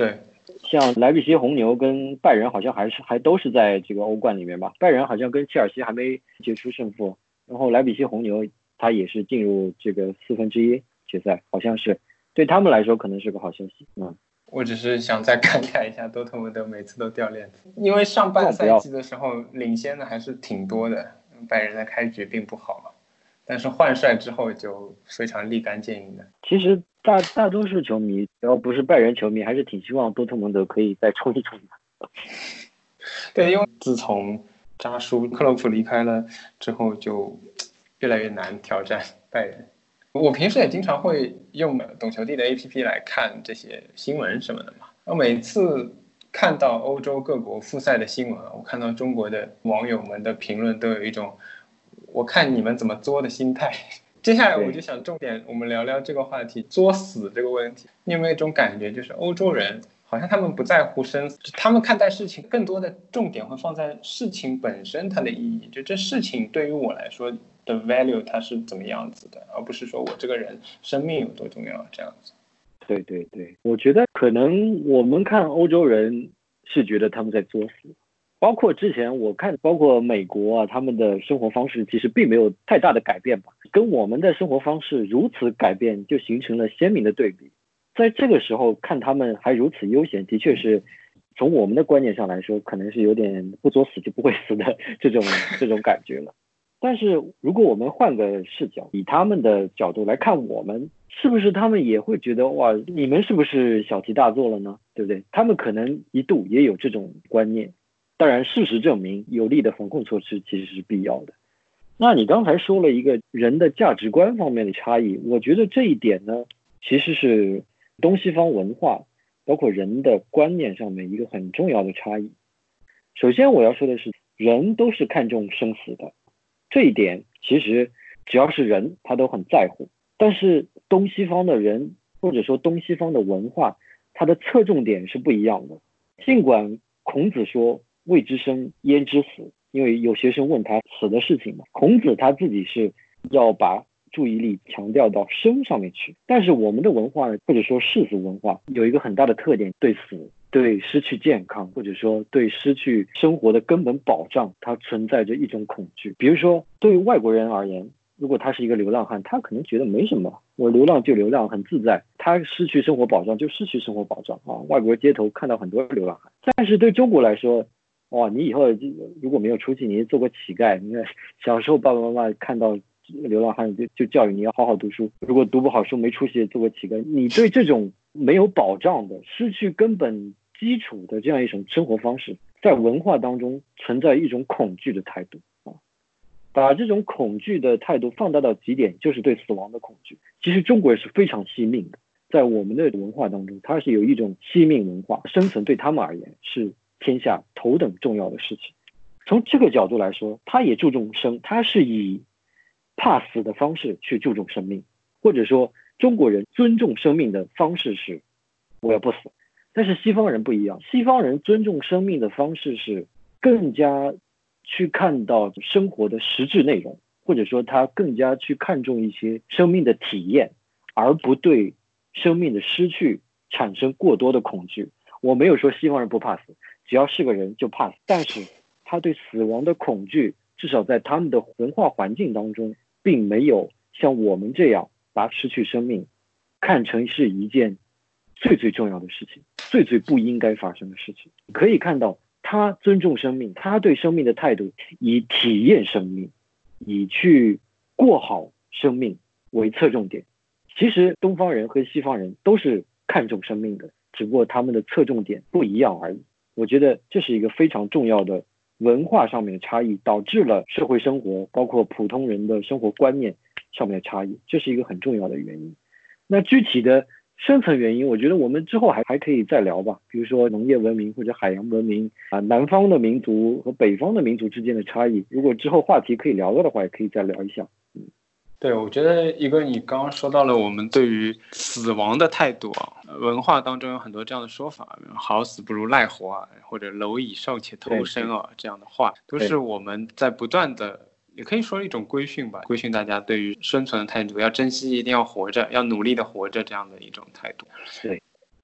像莱比锡红牛跟拜仁好像还都是在这个欧冠里面吧，拜仁好像跟切尔西还没决出胜负，然后莱比锡红牛他也是进入这个1/4决赛，好像是对他们来说可能是个好消息。 我只是想再感慨一下，多特蒙德每次都掉链子，因为上半赛季的时候领先的还是挺多的，拜仁的开局并不好嘛，但是换帅之后就非常立竿见影的。 其实大多数球迷，只要不是拜仁球迷，还是挺希望多特蒙德可以再冲一冲的。 对，因为自从扎叔克洛普离开了之后，就越来越难挑战拜仁。我平时也经常会用懂球帝的 APP 来看这些新闻什么的嘛。我每次看到欧洲各国复赛的新闻，我看到中国的网友们的评论都有一种我看你们怎么作的心态。接下来我就想重点我们聊聊这个话题，作死这个问题。你有没有一种感觉，就是欧洲人好像他们不在乎生死，他们看待事情更多的重点会放在事情本身它的意义，就这事情对于我来说的 value 它是怎么样子的，而不是说我这个人生命有多重要这样子。 对对对，我觉得可能我们看欧洲人是觉得他们在作死，包括之前我看，包括美国啊，他们的生活方式其实并没有太大的改变吧，跟我们的生活方式如此改变，就形成了鲜明的对比。在这个时候看他们还如此悠闲，的确是从我们的观念上来说，可能是有点不作死就不会死的这种感觉了。但是如果我们换个视角，以他们的角度来看我们，是不是他们也会觉得哇，你们是不是小题大做了呢？对不对？他们可能一度也有这种观念。当然事实证明，有力的防控措施其实是必要的。那你刚才说了一个人的价值观方面的差异，我觉得这一点呢，其实是东西方文化包括人的观念上面一个很重要的差异。首先我要说的是，人都是看重生死的，这一点其实只要是人他都很在乎。但是东西方的人或者说东西方的文化，它的侧重点是不一样的。尽管孔子说未知生焉知死，因为有学生问他死的事情嘛，孔子他自己是要把注意力强调到生上面去。但是我们的文化或者说世俗文化有一个很大的特点，对死、对失去健康或者说对失去生活的根本保障，它存在着一种恐惧。比如说对于外国人而言，如果他是一个流浪汉，他可能觉得没什么，我流浪就流浪，很自在。他失去生活保障就失去生活保障啊！外国街头看到很多流浪汉，但是对中国来说，哇，你以后如果没有出息，你做个乞丐。你看小时候爸爸妈妈看到流浪汉就教育你要好好读书，如果读不好书没出息做个乞丐。你对这种没有保障的、失去根本基础的这样一种生活方式，在文化当中存在一种恐惧的态度啊。把这种恐惧的态度放大到极点，就是对死亡的恐惧。其实中国人是非常惜命的，在我们的文化当中，它是有一种惜命文化，生存对他们而言是天下头等重要的事情。从这个角度来说，他也注重生，他是以怕死的方式去注重生命，或者说中国人尊重生命的方式是我要不死。但是西方人不一样，西方人尊重生命的方式是更加去看到生活的实质内容，或者说他更加去看重一些生命的体验，而不对生命的失去产生过多的恐惧。我没有说西方人不怕死，只要是个人就怕死，但是他对死亡的恐惧，至少在他们的文化环境当中，并没有像我们这样把失去生命看成是一件最最重要的事情，最最不应该发生的事情。可以看到他尊重生命，他对生命的态度以体验生命，以去过好生命为侧重点。其实东方人和西方人都是看重生命的，只不过他们的侧重点不一样而已。我觉得这是一个非常重要的文化上面的差异，导致了社会生活包括普通人的生活观念上面的差异，这是一个很重要的原因。那具体的深层原因，我觉得我们之后还可以再聊吧，比如说农业文明或者海洋文明啊，南方的民族和北方的民族之间的差异，如果之后话题可以聊到的话，也可以再聊一下。 对，我觉得一个你刚刚说到了我们对于死亡的态度啊，文化当中有很多这样的说法，好死不如赖活啊，或者蝼蚁尚且偷生啊，这样的话，都是我们在不断的，也可以说一种规训吧，规训大家对于生存的态度，要珍惜，一定要活着，要努力的活着这样的一种态度。 对，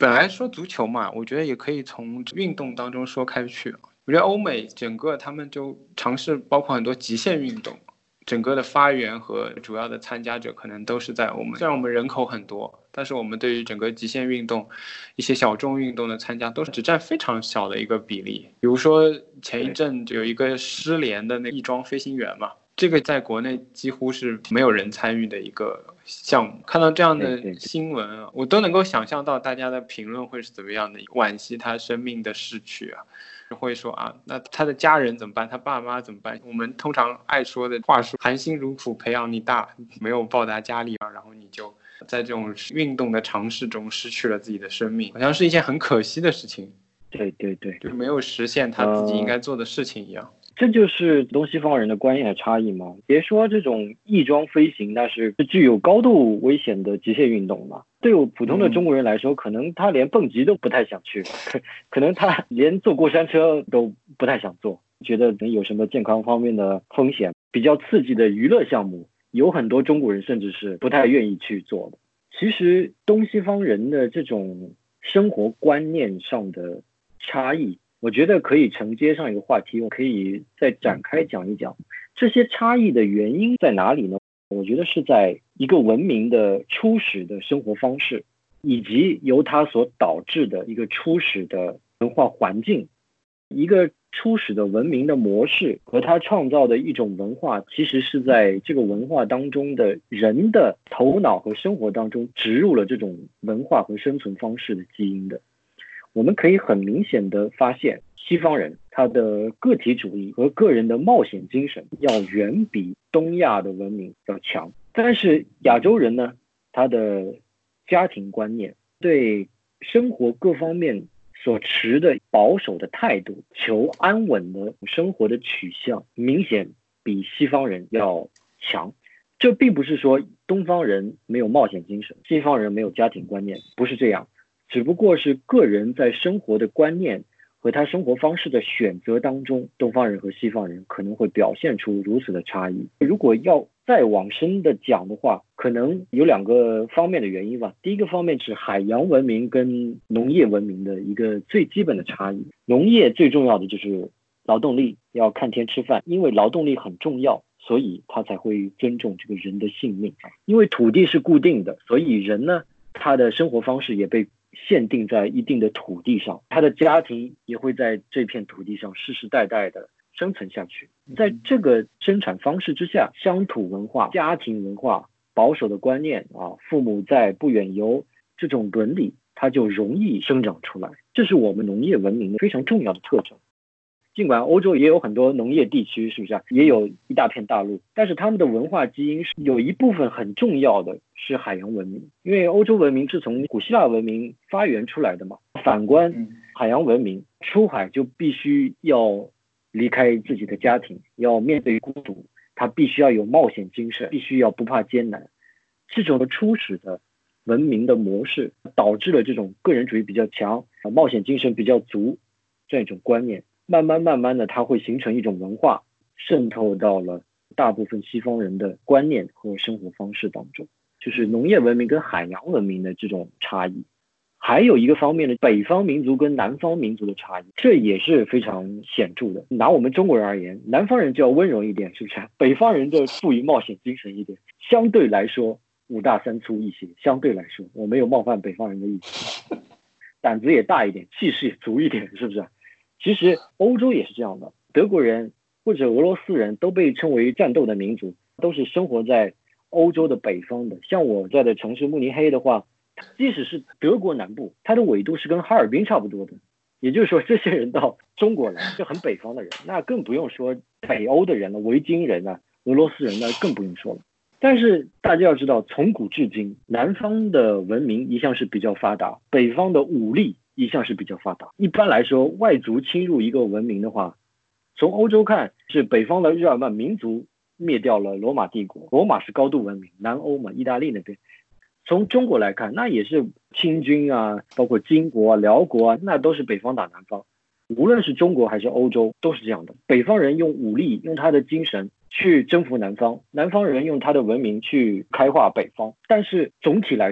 本来说足球嘛，我觉得也可以从运动当中说开去。我觉得欧美整个他们就尝试包括很多极限运动，整个的发源和主要的参加者可能都是在欧美。虽然我们人口很多，但是我们对于整个极限运动一些小众运动的参加都是只占非常小的一个比例。比如说前一阵就有一个失联的那翼装飞行员嘛，这个在国内几乎是没有人参与的一个项目。看到这样的新闻，我都能够想象到大家的评论会是怎么样的，惋惜他生命的逝去啊，会说啊，那他的家人怎么办？他爸妈怎么办？我们通常爱说的话说，含辛茹苦培养你大，没有报答家里，然后你就在这种运动的尝试中失去了自己的生命，好像是一件很可惜的事情。 对对对， 就没有实现他自己应该做的事情一样。 这就是东西方人的观念的差异嘛。别说这种翼装飞行，那是具有高度危险的极限运动嘛。对我普通的中国人来说，可能他连蹦极都不太想去，可能他连坐过山车都不太想坐，觉得有什么健康方面的风险。比较刺激的娱乐项目，有很多中国人甚至是不太愿意去做的。其实东西方人的这种生活观念上的差异，我觉得可以承接上一个话题，我可以再展开讲一讲这些差异的原因在哪里呢？我觉得是在一个文明的初始的生活方式，以及由它所导致的一个初始的文化环境。一个初始的文明的模式和它创造的一种文化，其实是在这个文化当中的人的头脑和生活当中植入了这种文化和生存方式的基因的。我们可以很明显的发现，西方人他的个体主义和个人的冒险精神要远比东亚的文明要强。但是亚洲人呢，他的家庭观念，对生活各方面所持的保守的态度，求安稳的生活的取向，明显比西方人要强。这并不是说东方人没有冒险精神，西方人没有家庭观念，不是这样。只不过是个人在生活的观念和他生活方式的选择当中，东方人和西方人可能会表现出如此的差异。如果要再往深的讲的话，可能有两个方面的原因吧。第一个方面是海洋文明跟农业文明的一个最基本的差异。农业最重要的就是劳动力，要看天吃饭，因为劳动力很重要，所以他才会尊重这个人的性命。因为土地是固定的，所以人呢，他的生活方式也被限定在一定的土地上，他的家庭也会在这片土地上世世代代的生存下去。在这个生产方式之下，乡土文化、家庭文化、保守的观念啊，父母在不远游，这种伦理它就容易生长出来。这是我们农业文明的非常重要的特征。尽管欧洲也有很多农业地区，是不是也有一大片大陆，但是他们的文化基因是有一部分很重要的是海洋文明。因为欧洲文明是从古希腊文明发源出来的嘛，反观海洋文明，出海就必须要离开自己的家庭，要面对孤独，他必须要有冒险精神，必须要不怕艰难。这种初始的文明的模式导致了这种个人主义比较强，冒险精神比较足这样一种观念，慢慢的它会形成一种文化，渗透到了大部分西方人的观念和生活方式当中。就是农业文明跟海洋文明的这种差异。还有一个方面呢，北方民族跟南方民族的差异，这也是非常显著的。拿我们中国人而言，南方人就要温柔一点，是不是？北方人就富于冒险精神一点，相对来说五大三粗一些，相对来说我没有冒犯北方人的意思，胆子也大一点，气势也足一点，是不是？其实欧洲也是这样的，德国人或者俄罗斯人都被称为战斗的民族，都是生活在欧洲的北方的。像我在的城市慕尼黑的话，即使是德国南部，它的纬度是跟哈尔滨差不多的。也就是说，这些人到中国来就很北方的人，那更不用说北欧的人了，维京人啊，俄罗斯人呢更不用说了。但是大家要知道，从古至今，南方的文明一向是比较发达，北方的武力一向是比较发达。一般来说，外族侵入一个文明的话，从欧洲看是北方的日耳曼民族灭掉了罗马帝国，罗马是高度文明，南欧嘛，意大利那边。从中国来看，那也是清军啊，包括金国啊、辽国啊，那都是北方打南方。无论是中国还是欧洲，都是这样的。北方人用武力，用他的精神去征服南方，南方人用他的文明去开化北方。但是总体来说，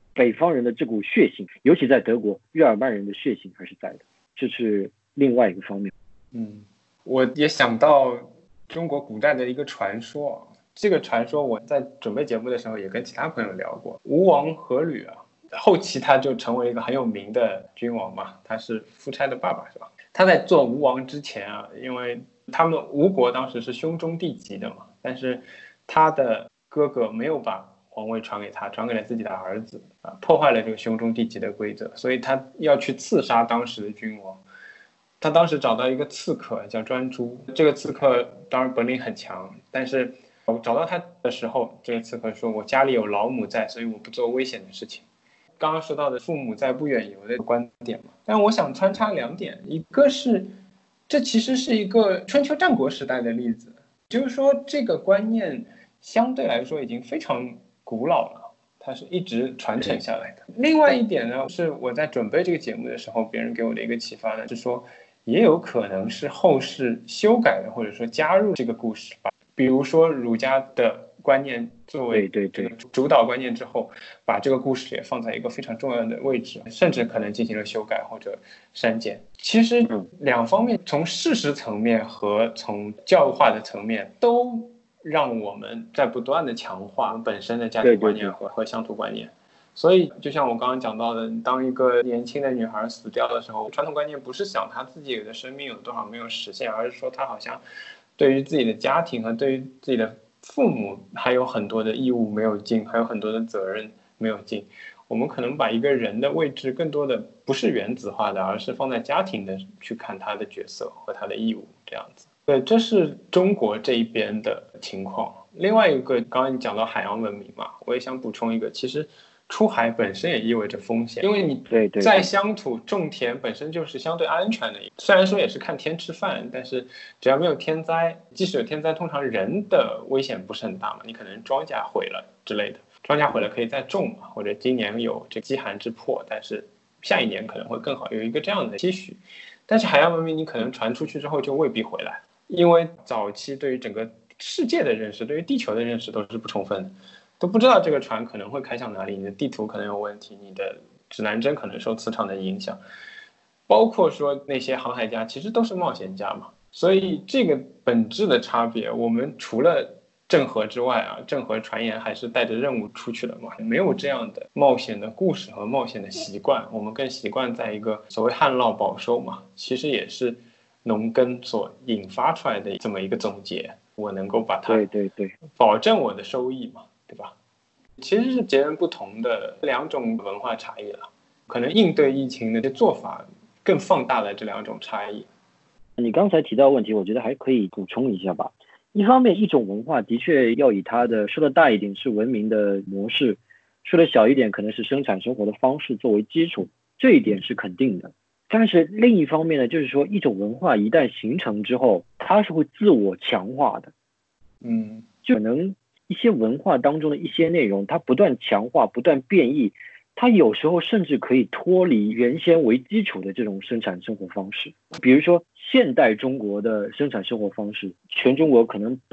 北方人的这股血性，尤其在德国，日耳曼人的血性还是在的，这是另外一个方面。 我也想到中国古代的一个传说，这个传说我在准备节目的时候也跟其他朋友聊过。吴王阖闾啊，后期他就成为一个很有名的君王嘛，他是夫差的爸爸是吧？他在做吴王之前啊，因为他们吴国当时是兄终弟及的嘛，但是他的哥哥没有把皇位传给他，传给了自己的儿子啊，破坏了这个兄终弟及的规则，所以他要去刺杀当时的君王。他当时找到一个刺客叫专诸，这个刺客当然本领很强，但是找到他的时候，这个刺客说：“我家里有老母在，所以我不做危险的事情。”刚刚说到的父母在不远游的观点嘛，但我想穿插两点，一个是这其实是一个春秋战国时代的例子，就是说这个观念相对来说已经非常古老了，它是一直传承下来的。另外一点呢，是我在准备这个节目的时候，别人给我的一个启发呢，是说也有可能是后世修改的，或者说加入这个故事吧。比如说儒家的观念作为这个主导观念之后，把这个故事也放在一个非常重要的位置，甚至可能进行了修改或者删减。其实两方面，从事实层面和从教化的层面，都让我们在不断的强化本身的家庭观念和乡土观念。所以就像我刚刚讲到的，当一个年轻的女孩死掉的时候，传统观念不是想她自己的生命有多少没有实现，而是说她好像对于自己的家庭和对于自己的父母还有很多的义务没有尽，还有很多的责任没有尽。我们可能把一个人的位置更多的不是原子化的，而是放在家庭的去看他的角色和他的义务这样子。对，这是中国这一边的情况。另外一个，刚刚你讲到海洋文明嘛，我也想补充一个，其实出海本身也意味着风险，因为你在乡土种田本身就是相对安全的，虽然说也是看天吃饭，但是只要没有天灾，即使有天灾，通常人的危险不是很大嘛，你可能庄稼毁了之类的，庄稼毁了可以再种嘛，或者今年有这饥寒之迫，但是下一年可能会更好，有一个这样的期许。但是海洋文明你可能传出去之后就未必回来，因为早期对于整个世界的认识，对于地球的认识都是不充分的，都不知道这个船可能会开向哪里，你的地图可能有问题，你的指南针可能受磁场的影响，包括说那些航海家其实都是冒险家嘛，所以这个本质的差别，我们除了郑和之外啊，郑和传言还是带着任务出去了嘛，没有这样的冒险的故事和冒险的习惯，我们更习惯在一个所谓旱涝保收嘛，其实也是农耕所引发出来的这么一个总结，我能够把它保证我的收益嘛，对吧？其实是截然不同的两种文化差异了，可能应对疫情的做法更放大了这两种差异。 你刚才提到的问题，我觉得还可以补充一下吧。一方面，一种文化的确要以它的说的大一点是文明的模式，说的小一点可能是生产生活的方式作为基础，这一点是肯定的。但是另一方面呢，就是说一种文化一旦形成之后，它是会自我强化的。就可能一些文化当中的一些内容，它不断强化、不断变异，它有时候甚至可以脱离原先为基础的这种生产生活方式。比如说现代中国的生产生活方式，全中国可能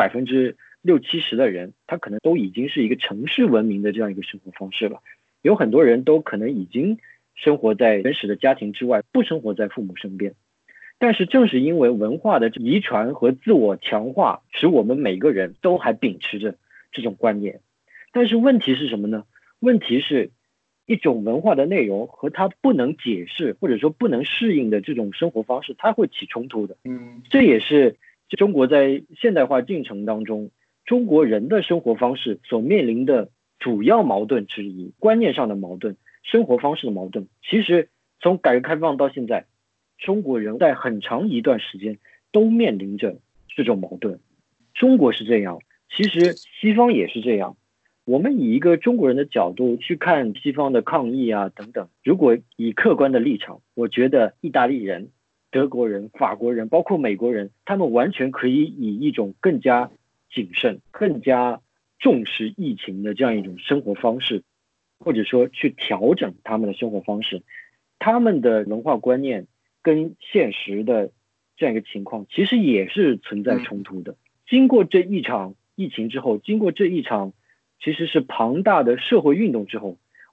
60%-70%的人，他可能都已经是一个城市文明的这样一个生活方式了。有很多人都可能已经生活在原始的家庭之外，不生活在父母身边。但是正是因为文化的遗传和自我强化，使我们每个人都还秉持着这种观念。但是问题是什么呢？问题是一种文化的内容和它不能解释或者说不能适应的这种生活方式，它会起冲突的。这也是中国在现代化进程当中，中国人的生活方式所面临的主要矛盾之一，观念上的矛盾，生活方式的矛盾。其实从改革开放到现在，中国人在很长一段时间都面临着这种矛盾。中国是这样，其实西方也是这样。我们以一个中国人的角度去看西方的抗议啊等等，如果以客观的立场，我觉得意大利人、德国人、法国人，包括美国人，他们完全可以以一种更加谨慎、更加重视疫情的这样一种生活方式，或者说去调整他们的生活方式。他们的文化观念跟现实的这样一个情况其实也是存在冲突的。经过这一场疫情之后，经过这一场其实是庞大的社会运动之后，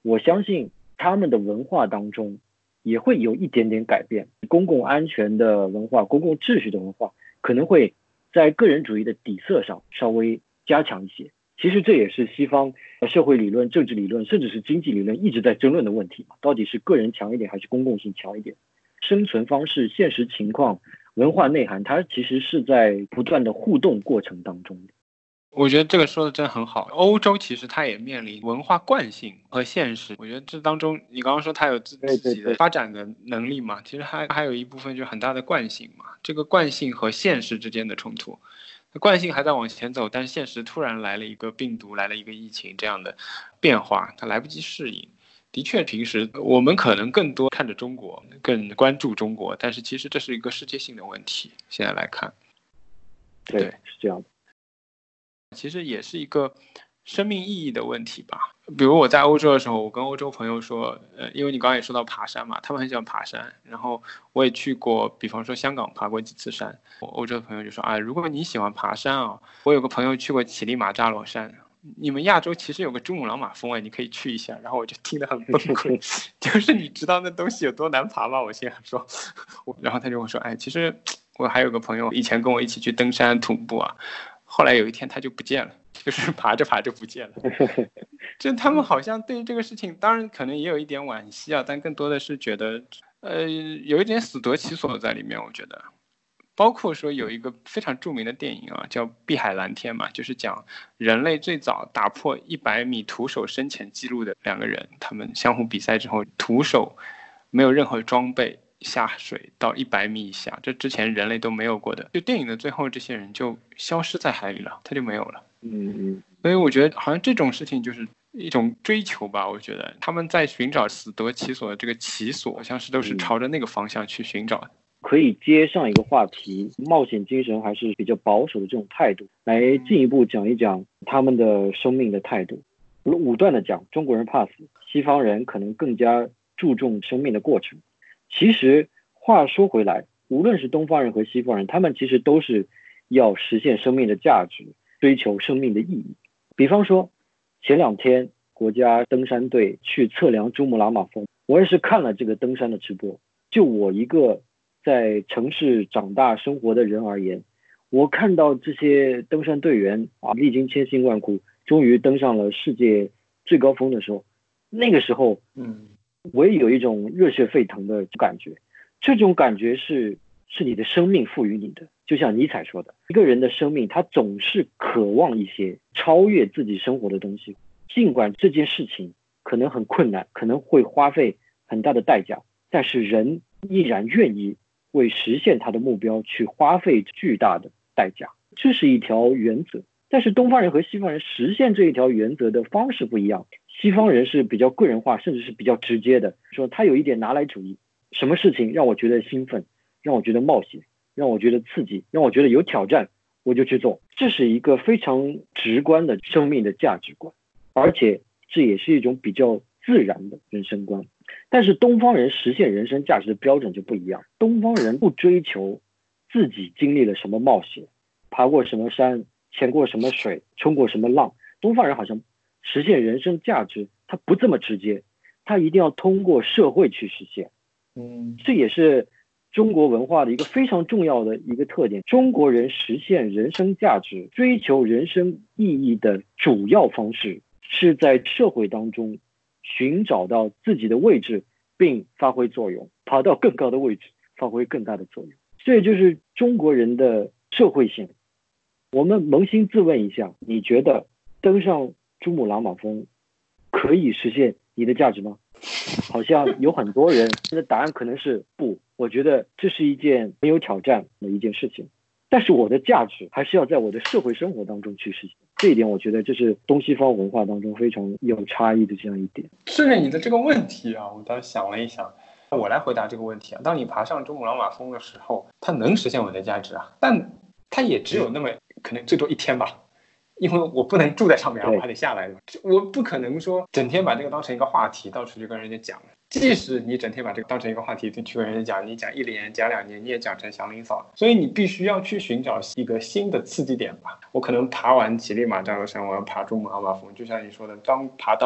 我相信他们的文化当中也会有一点点改变，公共安全的文化、公共秩序的文化可能会在个人主义的底色上稍微加强一些。其实这也是西方社会理论、政治理论，甚至是经济理论一直在争论的问题嘛，到底是个人强一点还是公共性强一点？生存方式、现实情况、文化内涵，它其实是在不断的互动过程当中的。 我觉得这个说的真很好。欧洲其实它也面临文化惯性和现实，我觉得这当中你刚刚说它有自己的发展的能力嘛，其实还有一部分就是很大的惯性嘛，这个惯性和现实之间的冲突。惯性还在往前走，但是现实突然来了一个病毒，来了一个疫情这样的变化，它来不及适应。的确，平时我们可能更多看着中国，更关注中国，但是其实这是一个世界性的问题。现在来看， 对，是这样的。 其实也是一个生命意义的问题吧。比如我在欧洲的时候，我跟欧洲朋友说，因为你刚刚也说到爬山嘛，他们很喜欢爬山，然后我也去过，比方说香港爬过几次山。欧洲的朋友就说啊，如果你喜欢爬山啊，我有个朋友去过乞力马扎罗山，你们亚洲其实有个珠穆朗玛峰，你可以去一下。然后我就听得很崩溃，就是你知道那东西有多难爬吗？我现在说，然后他就跟我说，其实我还有个朋友以前跟我一起去登山徒步啊。后来有一天他就不见了，就是爬着爬着不见了。就他们好像对于这个事情，当然可能也有一点惋惜啊，但更多的是觉得，有一点死得其所在里面。我觉得，包括说有一个非常著名的电影啊，叫《碧海蓝天》嘛，就是讲人类最早打破100米徒手深潜记录的2个人，他们相互比赛之后，徒手没有任何装备下水到100米以下，这之前人类都没有过的。就电影的最后，这些人就消失在海里了，他就没有了。所以我觉得好像这种事情就是一种追求吧。我觉得他们在寻找死得其所的这个其所，好像是都是朝着那个方向去寻找的。 可以接上一个话题，冒险精神还是比较保守的这种态度，来进一步讲一讲他们的生命的态度。武断的讲，中国人怕死，西方人可能更加注重生命的过程。其实话说回来，无论是东方人和西方人，他们其实都是要实现生命的价值，追求生命的意义。比方说前2天国家登山队去测量珠穆朗玛峰，我也是看了这个登山的直播。就我一个在城市长大生活的人而言，我看到这些登山队员历经千辛万苦，终于登上了世界最高峰的时候，那个时候我也有一种热血沸腾的感觉。这种感觉是你的生命赋予你的。就像尼采说的，一个人的生命他总是渴望一些超越自己生活的东西，尽管这件事情可能很困难，可能会花费很大的代价，但是人依然愿意为实现他的目标去花费巨大的代价。这是一条原则。但是东方人和西方人实现这一条原则的方式不一样。西方人是比较个人化，甚至是比较直接的，说他有一点拿来主义，什么事情让我觉得兴奋，让我觉得冒险，让我觉得刺激，让我觉得有挑战，我就去做。这是一个非常直观的生命的价值观，而且这也是一种比较自然的人生观。但是东方人实现人生价值的标准就不一样。东方人不追求自己经历了什么冒险，爬过什么山，潜过什么水，冲过什么浪。东方人好像实现人生价值他不这么直接，他一定要通过社会去实现。这也是中国文化的一个非常重要的一个特点。中国人实现人生价值、追求人生意义的主要方式是在社会当中寻找到自己的位置并发挥作用，爬到更高的位置发挥更大的作用。这就是中国人的社会性。我们扪心自问一下，你觉得登上珠穆朗玛峰可以实现你的价值吗？好像有很多人的答案可能是不，我觉得这是一件很有挑战的一件事情，但是我的价值还是要在我的社会生活当中去实现。这一点我觉得这是东西方文化当中非常有差异的这样一点。 顺着你的这个问题啊，我当时想了一想，我来回答这个问题啊。当你爬上珠穆朗玛峰的时候，它能实现我的价值啊，但它也只有那么可能最多1天吧。因为我不能住在上面，我还得下来，我不可能说整天把这个当成一个话题到处去跟人家讲。即使你整天把这个当成一个话题去跟人家讲，你讲1年讲2年，你也讲成祥林嫂。所以你必须要去寻找一个新的刺激点吧。我可能爬完乞力马扎罗山，我要爬珠穆朗玛峰，就像你说的，当爬到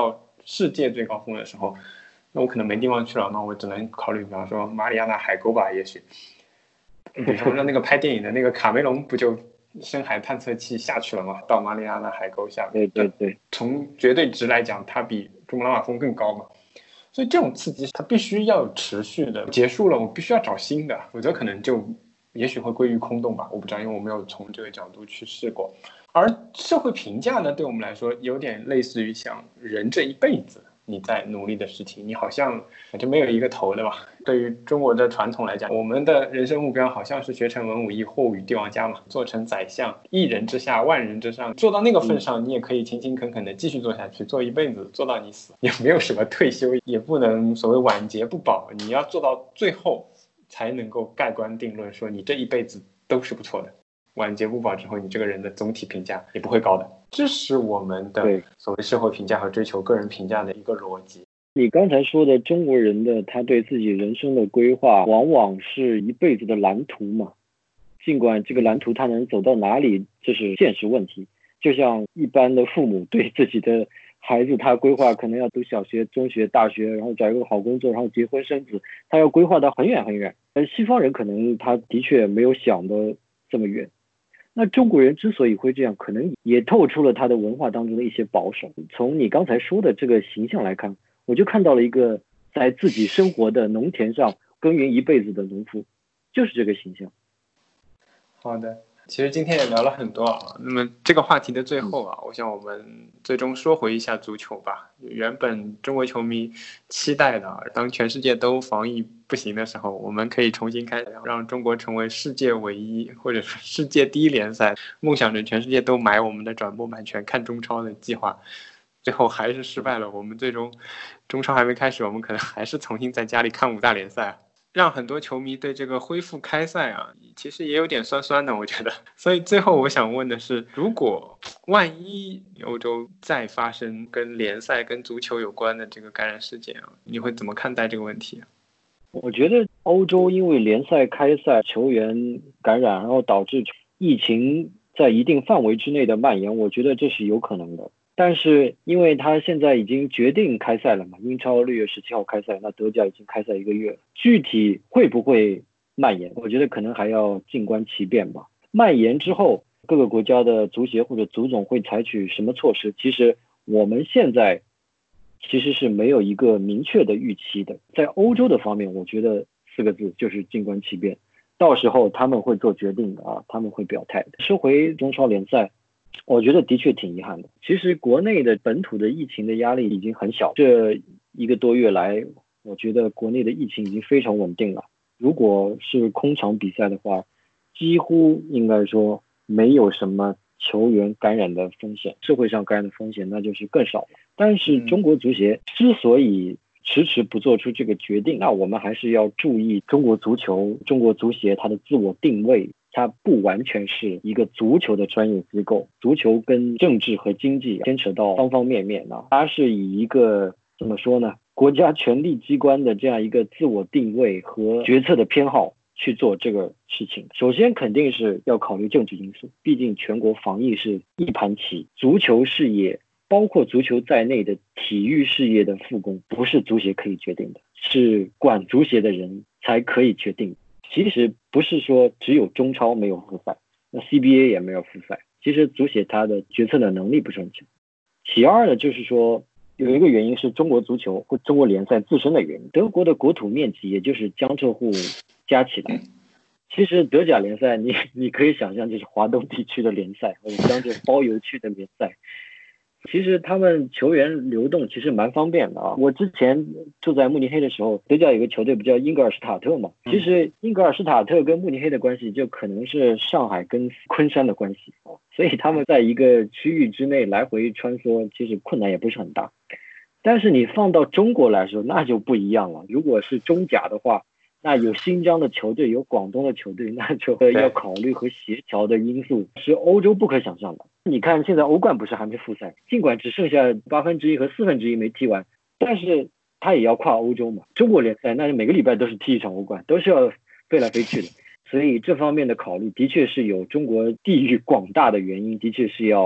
世界最高峰的时候，那我可能没地方去了，那我只能考虑比方说马里亚纳海沟吧，也许比方说那个拍电影的那个卡梅隆不就深海探测器下去了吗？到马里亚纳海沟下面， 对， 从绝对值来讲它比珠穆朗玛峰更高嘛，所以这种刺激它必须要持续的，结束了我必须要找新的，否则可能就也许会归于空洞吧，我不知道，因为我没有从这个角度去试过。而社会评价呢，对我们来说有点类似于像人这一辈子你在努力的事情，你好像就没有一个头的吧。对于中国的传统来讲，我们的人生目标好像是学成文武艺，或与帝王家嘛，做成宰相，一人之下万人之上，做到那个份上，你也可以勤勤恳恳的继续做下去，做一辈子，做到你死，也没有什么退休，也不能所谓晚节不保，你要做到最后才能够盖棺定论说你这一辈子都是不错的。晚节不保之后，你这个人的总体评价也不会高的，这是我们的所谓社会评价和追求个人评价的一个逻辑。 你刚才说的中国人的他对自己人生的规划往往是一辈子的蓝图嘛，尽管这个蓝图他能走到哪里这是现实问题，就像一般的父母对自己的孩子他规划可能要读小学中学大学，然后找一个好工作，然后结婚生子，他要规划到很远很远，而西方人可能他的确没有想的这么远。那中国人之所以会这样，可能也透出了他的文化当中的一些保守。从你刚才说的这个形象来看，我就看到了一个在自己生活的农田上耕耘一辈子的农夫，就是这个形象。 好的，其实今天也聊了很多啊。那么这个话题的最后啊，我想我们最终说回一下足球吧。原本中国球迷期待的，当全世界都防疫不行的时候，我们可以重新开始，让中国成为世界唯一或者说世界第一联赛，梦想着全世界都买我们的转播版权看中超的计划，最后还是失败了。我们最终中超还没开始，我们可能还是重新在家里看5大联赛，让很多球迷对这个恢复开赛啊，其实也有点酸酸的，我觉得。所以最后我想问的是，如果万一欧洲再发生跟联赛跟足球有关的这个感染事件啊，你会怎么看待这个问题？ 我觉得欧洲因为联赛开赛，球员感染，然后导致疫情在一定范围之内的蔓延，我觉得这是有可能的。但是因为他现在已经决定开赛了嘛，英超6月17号开赛，那德甲已经开赛1个月了，具体会不会蔓延，我觉得可能还要静观其变吧。蔓延之后，各个国家的足协或者足总会采取什么措施，其实我们现在其实是没有一个明确的预期的。在欧洲的方面，我觉得4个字就是静观其变，到时候他们会做决定的啊，他们会表态的。说回中超联赛，我觉得的确挺遗憾的。其实国内的本土的疫情的压力已经很小，这1个多月来，我觉得国内的疫情已经非常稳定了。如果是空场比赛的话，几乎应该说没有什么球员感染的风险，社会上感染的风险那就是更少了。但是中国足协之所以迟迟不做出这个决定，那我们还是要注意中国足球、中国足协它的自我定位，它不完全是一个足球的专业机构，足球跟政治和经济牵扯到方方面面啊，它是以一个怎么说呢，国家权力机关的这样一个自我定位和决策的偏好去做这个事情。首先肯定是要考虑政治因素，毕竟全国防疫是一盘棋，足球事业包括足球在内的体育事业的复工不是足协可以决定的，是管足协的人才可以决定。其实不是说只有中超没有复赛，那 CBA 也没有复赛，其实足协他的决策的能力不是很强。其二呢，就是说有一个原因是中国足球或中国联赛自身的原因，德国的国土面积也就是江浙沪加起来，其实德甲联赛你可以想象就是华东地区的联赛或者江浙包邮区的联赛，其实他们球员流动其实蛮方便的啊。我之前住在慕尼黑的时候，德甲有个球队不叫英格尔施塔特嘛，其实英格尔施塔特跟慕尼黑的关系就可能是上海跟昆山的关系，所以他们在一个区域之内来回穿梭，其实困难也不是很大。但是你放到中国来说，那就不一样了。如果是中甲的话，那有新疆的球队，有广东的球队，那就要考虑和协调的因素是欧洲不可想象的。你看现在欧冠不是还没复赛，尽管只剩下1/8和1/4没踢完，但是他也要跨欧洲嘛。中国联赛那每个礼拜都是踢一场欧冠，都是要飞来飞去的，所以这方面的考虑的确是有中国地域广大的原因，的确是要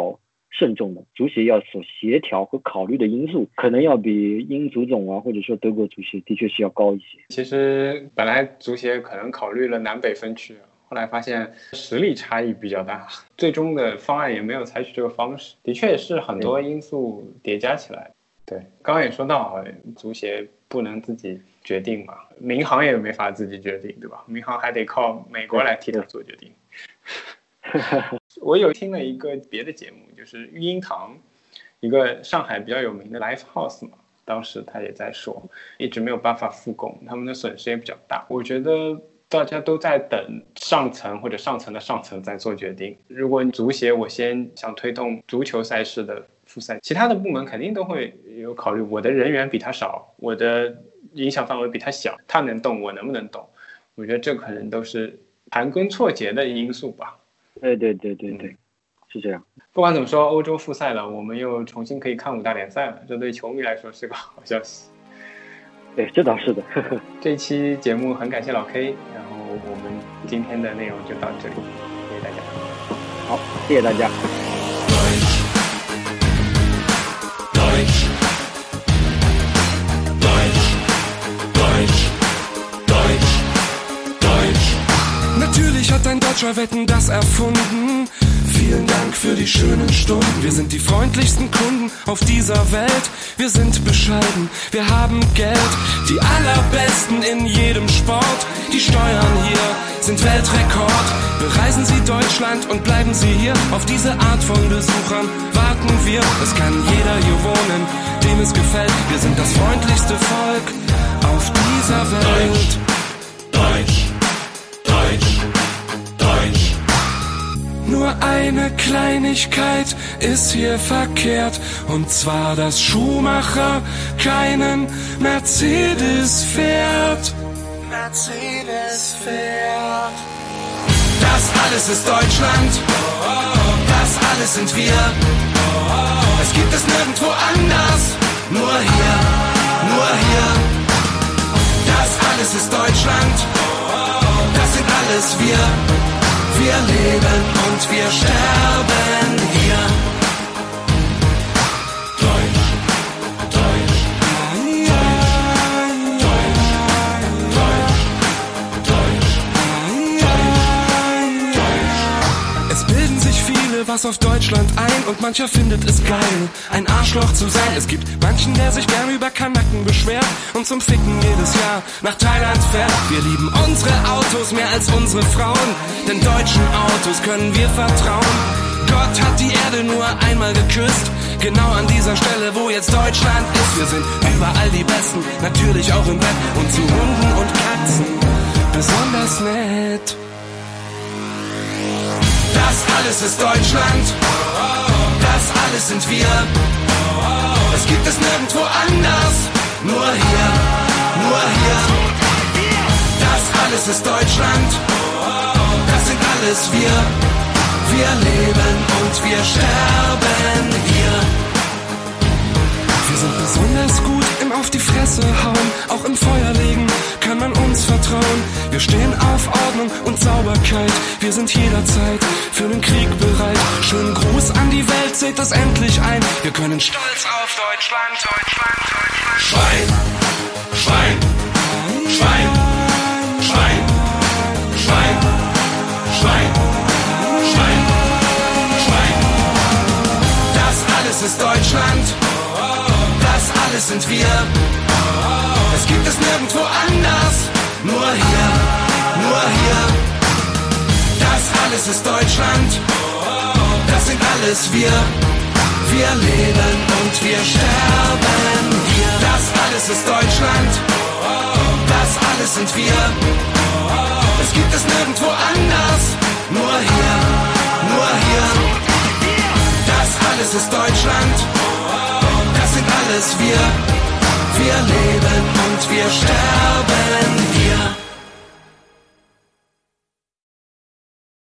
慎重的，足协要所协调和考虑的因素可能要比英足总啊或者说德国足协的确是要高一些。 其实本来足协可能考虑了南北分区，后来发现实力差异比较大，最终的方案也没有采取这个方式，的确是很多因素叠加起来。对，刚刚也说到足协不能自己决定嘛，民航也没法自己决定，对吧？民航还得靠美国来替他做决定。我有听了一个别的节目，就是育婴堂，一个上海比较有名的 Life House 嘛，当时他也在说，一直没有办法复工，他们的损失也比较大。我觉得大家都在等上层或者上层的上层在做决定。如果足协我先想推动足球赛事的复赛，其他的部门肯定都会有考虑，我的人员比他少，我的影响范围比他小，他能动我能不能动，我觉得这可能都是盘根错节的因素吧。 对，是这样。 不管怎么说，欧洲复赛了，我们又重新可以看5大联赛了，这对球迷来说是个好消息。 对，这倒是的。 这期节目很感谢老 K， 然后我们今天的内容就到这里，谢谢大家。 好，谢谢大家。 Natürlich hat ein Deutscher Wetten das erfunden. Vielen Dank für die schönen Stunden. Wir sind die freundlichsten Kunden auf dieser Welt. Wir sind bescheiden, wir haben Geld. Die allerbesten in jedem Sport. Die Steuern hier sind Weltrekord. Bereisen Sie Deutschland und bleiben Sie hier. Auf diese Art von Besuchern warten wir. Es kann jeder hier wohnen, dem es gefällt. Wir sind das freundlichste Volk auf dieser Welt. Deutsch. Nur eine Kleinigkeit ist hier verkehrt, und zwar, dass Schumacher keinen Mercedes fährt. Das alles ist Deutschland, das alles sind wir. Es gibt es nirgendwo anders, nur hier. Das alles ist Deutschland, das sind alles wir. Wir leben und wir sterben hier. Deutsch. Es bilden sich viele was auf Deutschland ein und mancher findet es geil, ein Arschloch zu sein. Es gibt manchen, der sich gern über Kanaken beschwert und zum Ficken jedes Jahr nach Thailand fährt. Wir lieben unsere Autos mehr als unsere Frauen, denn deutschen Autos können wir vertrauen. Gott hat die Erde nur einmal geküsst, genau an dieser Stelle, wo jetzt Deutschland ist. Wir sind überall die Besten, natürlich auch im Bett und zu Hunden und Katzen besonders nett. Das alles ist Deutschland, das alles sind wir. Es gibt es nirgendwo anders, nur hier. Das alles ist Deutschland, das sind alles wir. Wir leben und wir sterben hier. Wir sind besonders gut im Auf die Fresse hauen, auch im Feuer legen kann man uns vertrauen. Wir stehen auf Ordnung und Sauberkeit, wir sind jederzeit für den Krieg bereit. Schönen Gruß an die Welt, seht das endlich ein. Wir können stolz auf Deutschland. Schwein. Das alles ist Deutschland, das alles sind wir. Es gibt es nirgendwo anders, nur hier. Das alles ist Deutschland, das sind alles wir. Wir leben und wir sterben hier. Das alles ist Deutschland, das alles sind wir. Es gibt es nirgendwo anders, nur hier. Das alles ist Deutschland, das sind alles wir. Wir leben und wir sterben hier.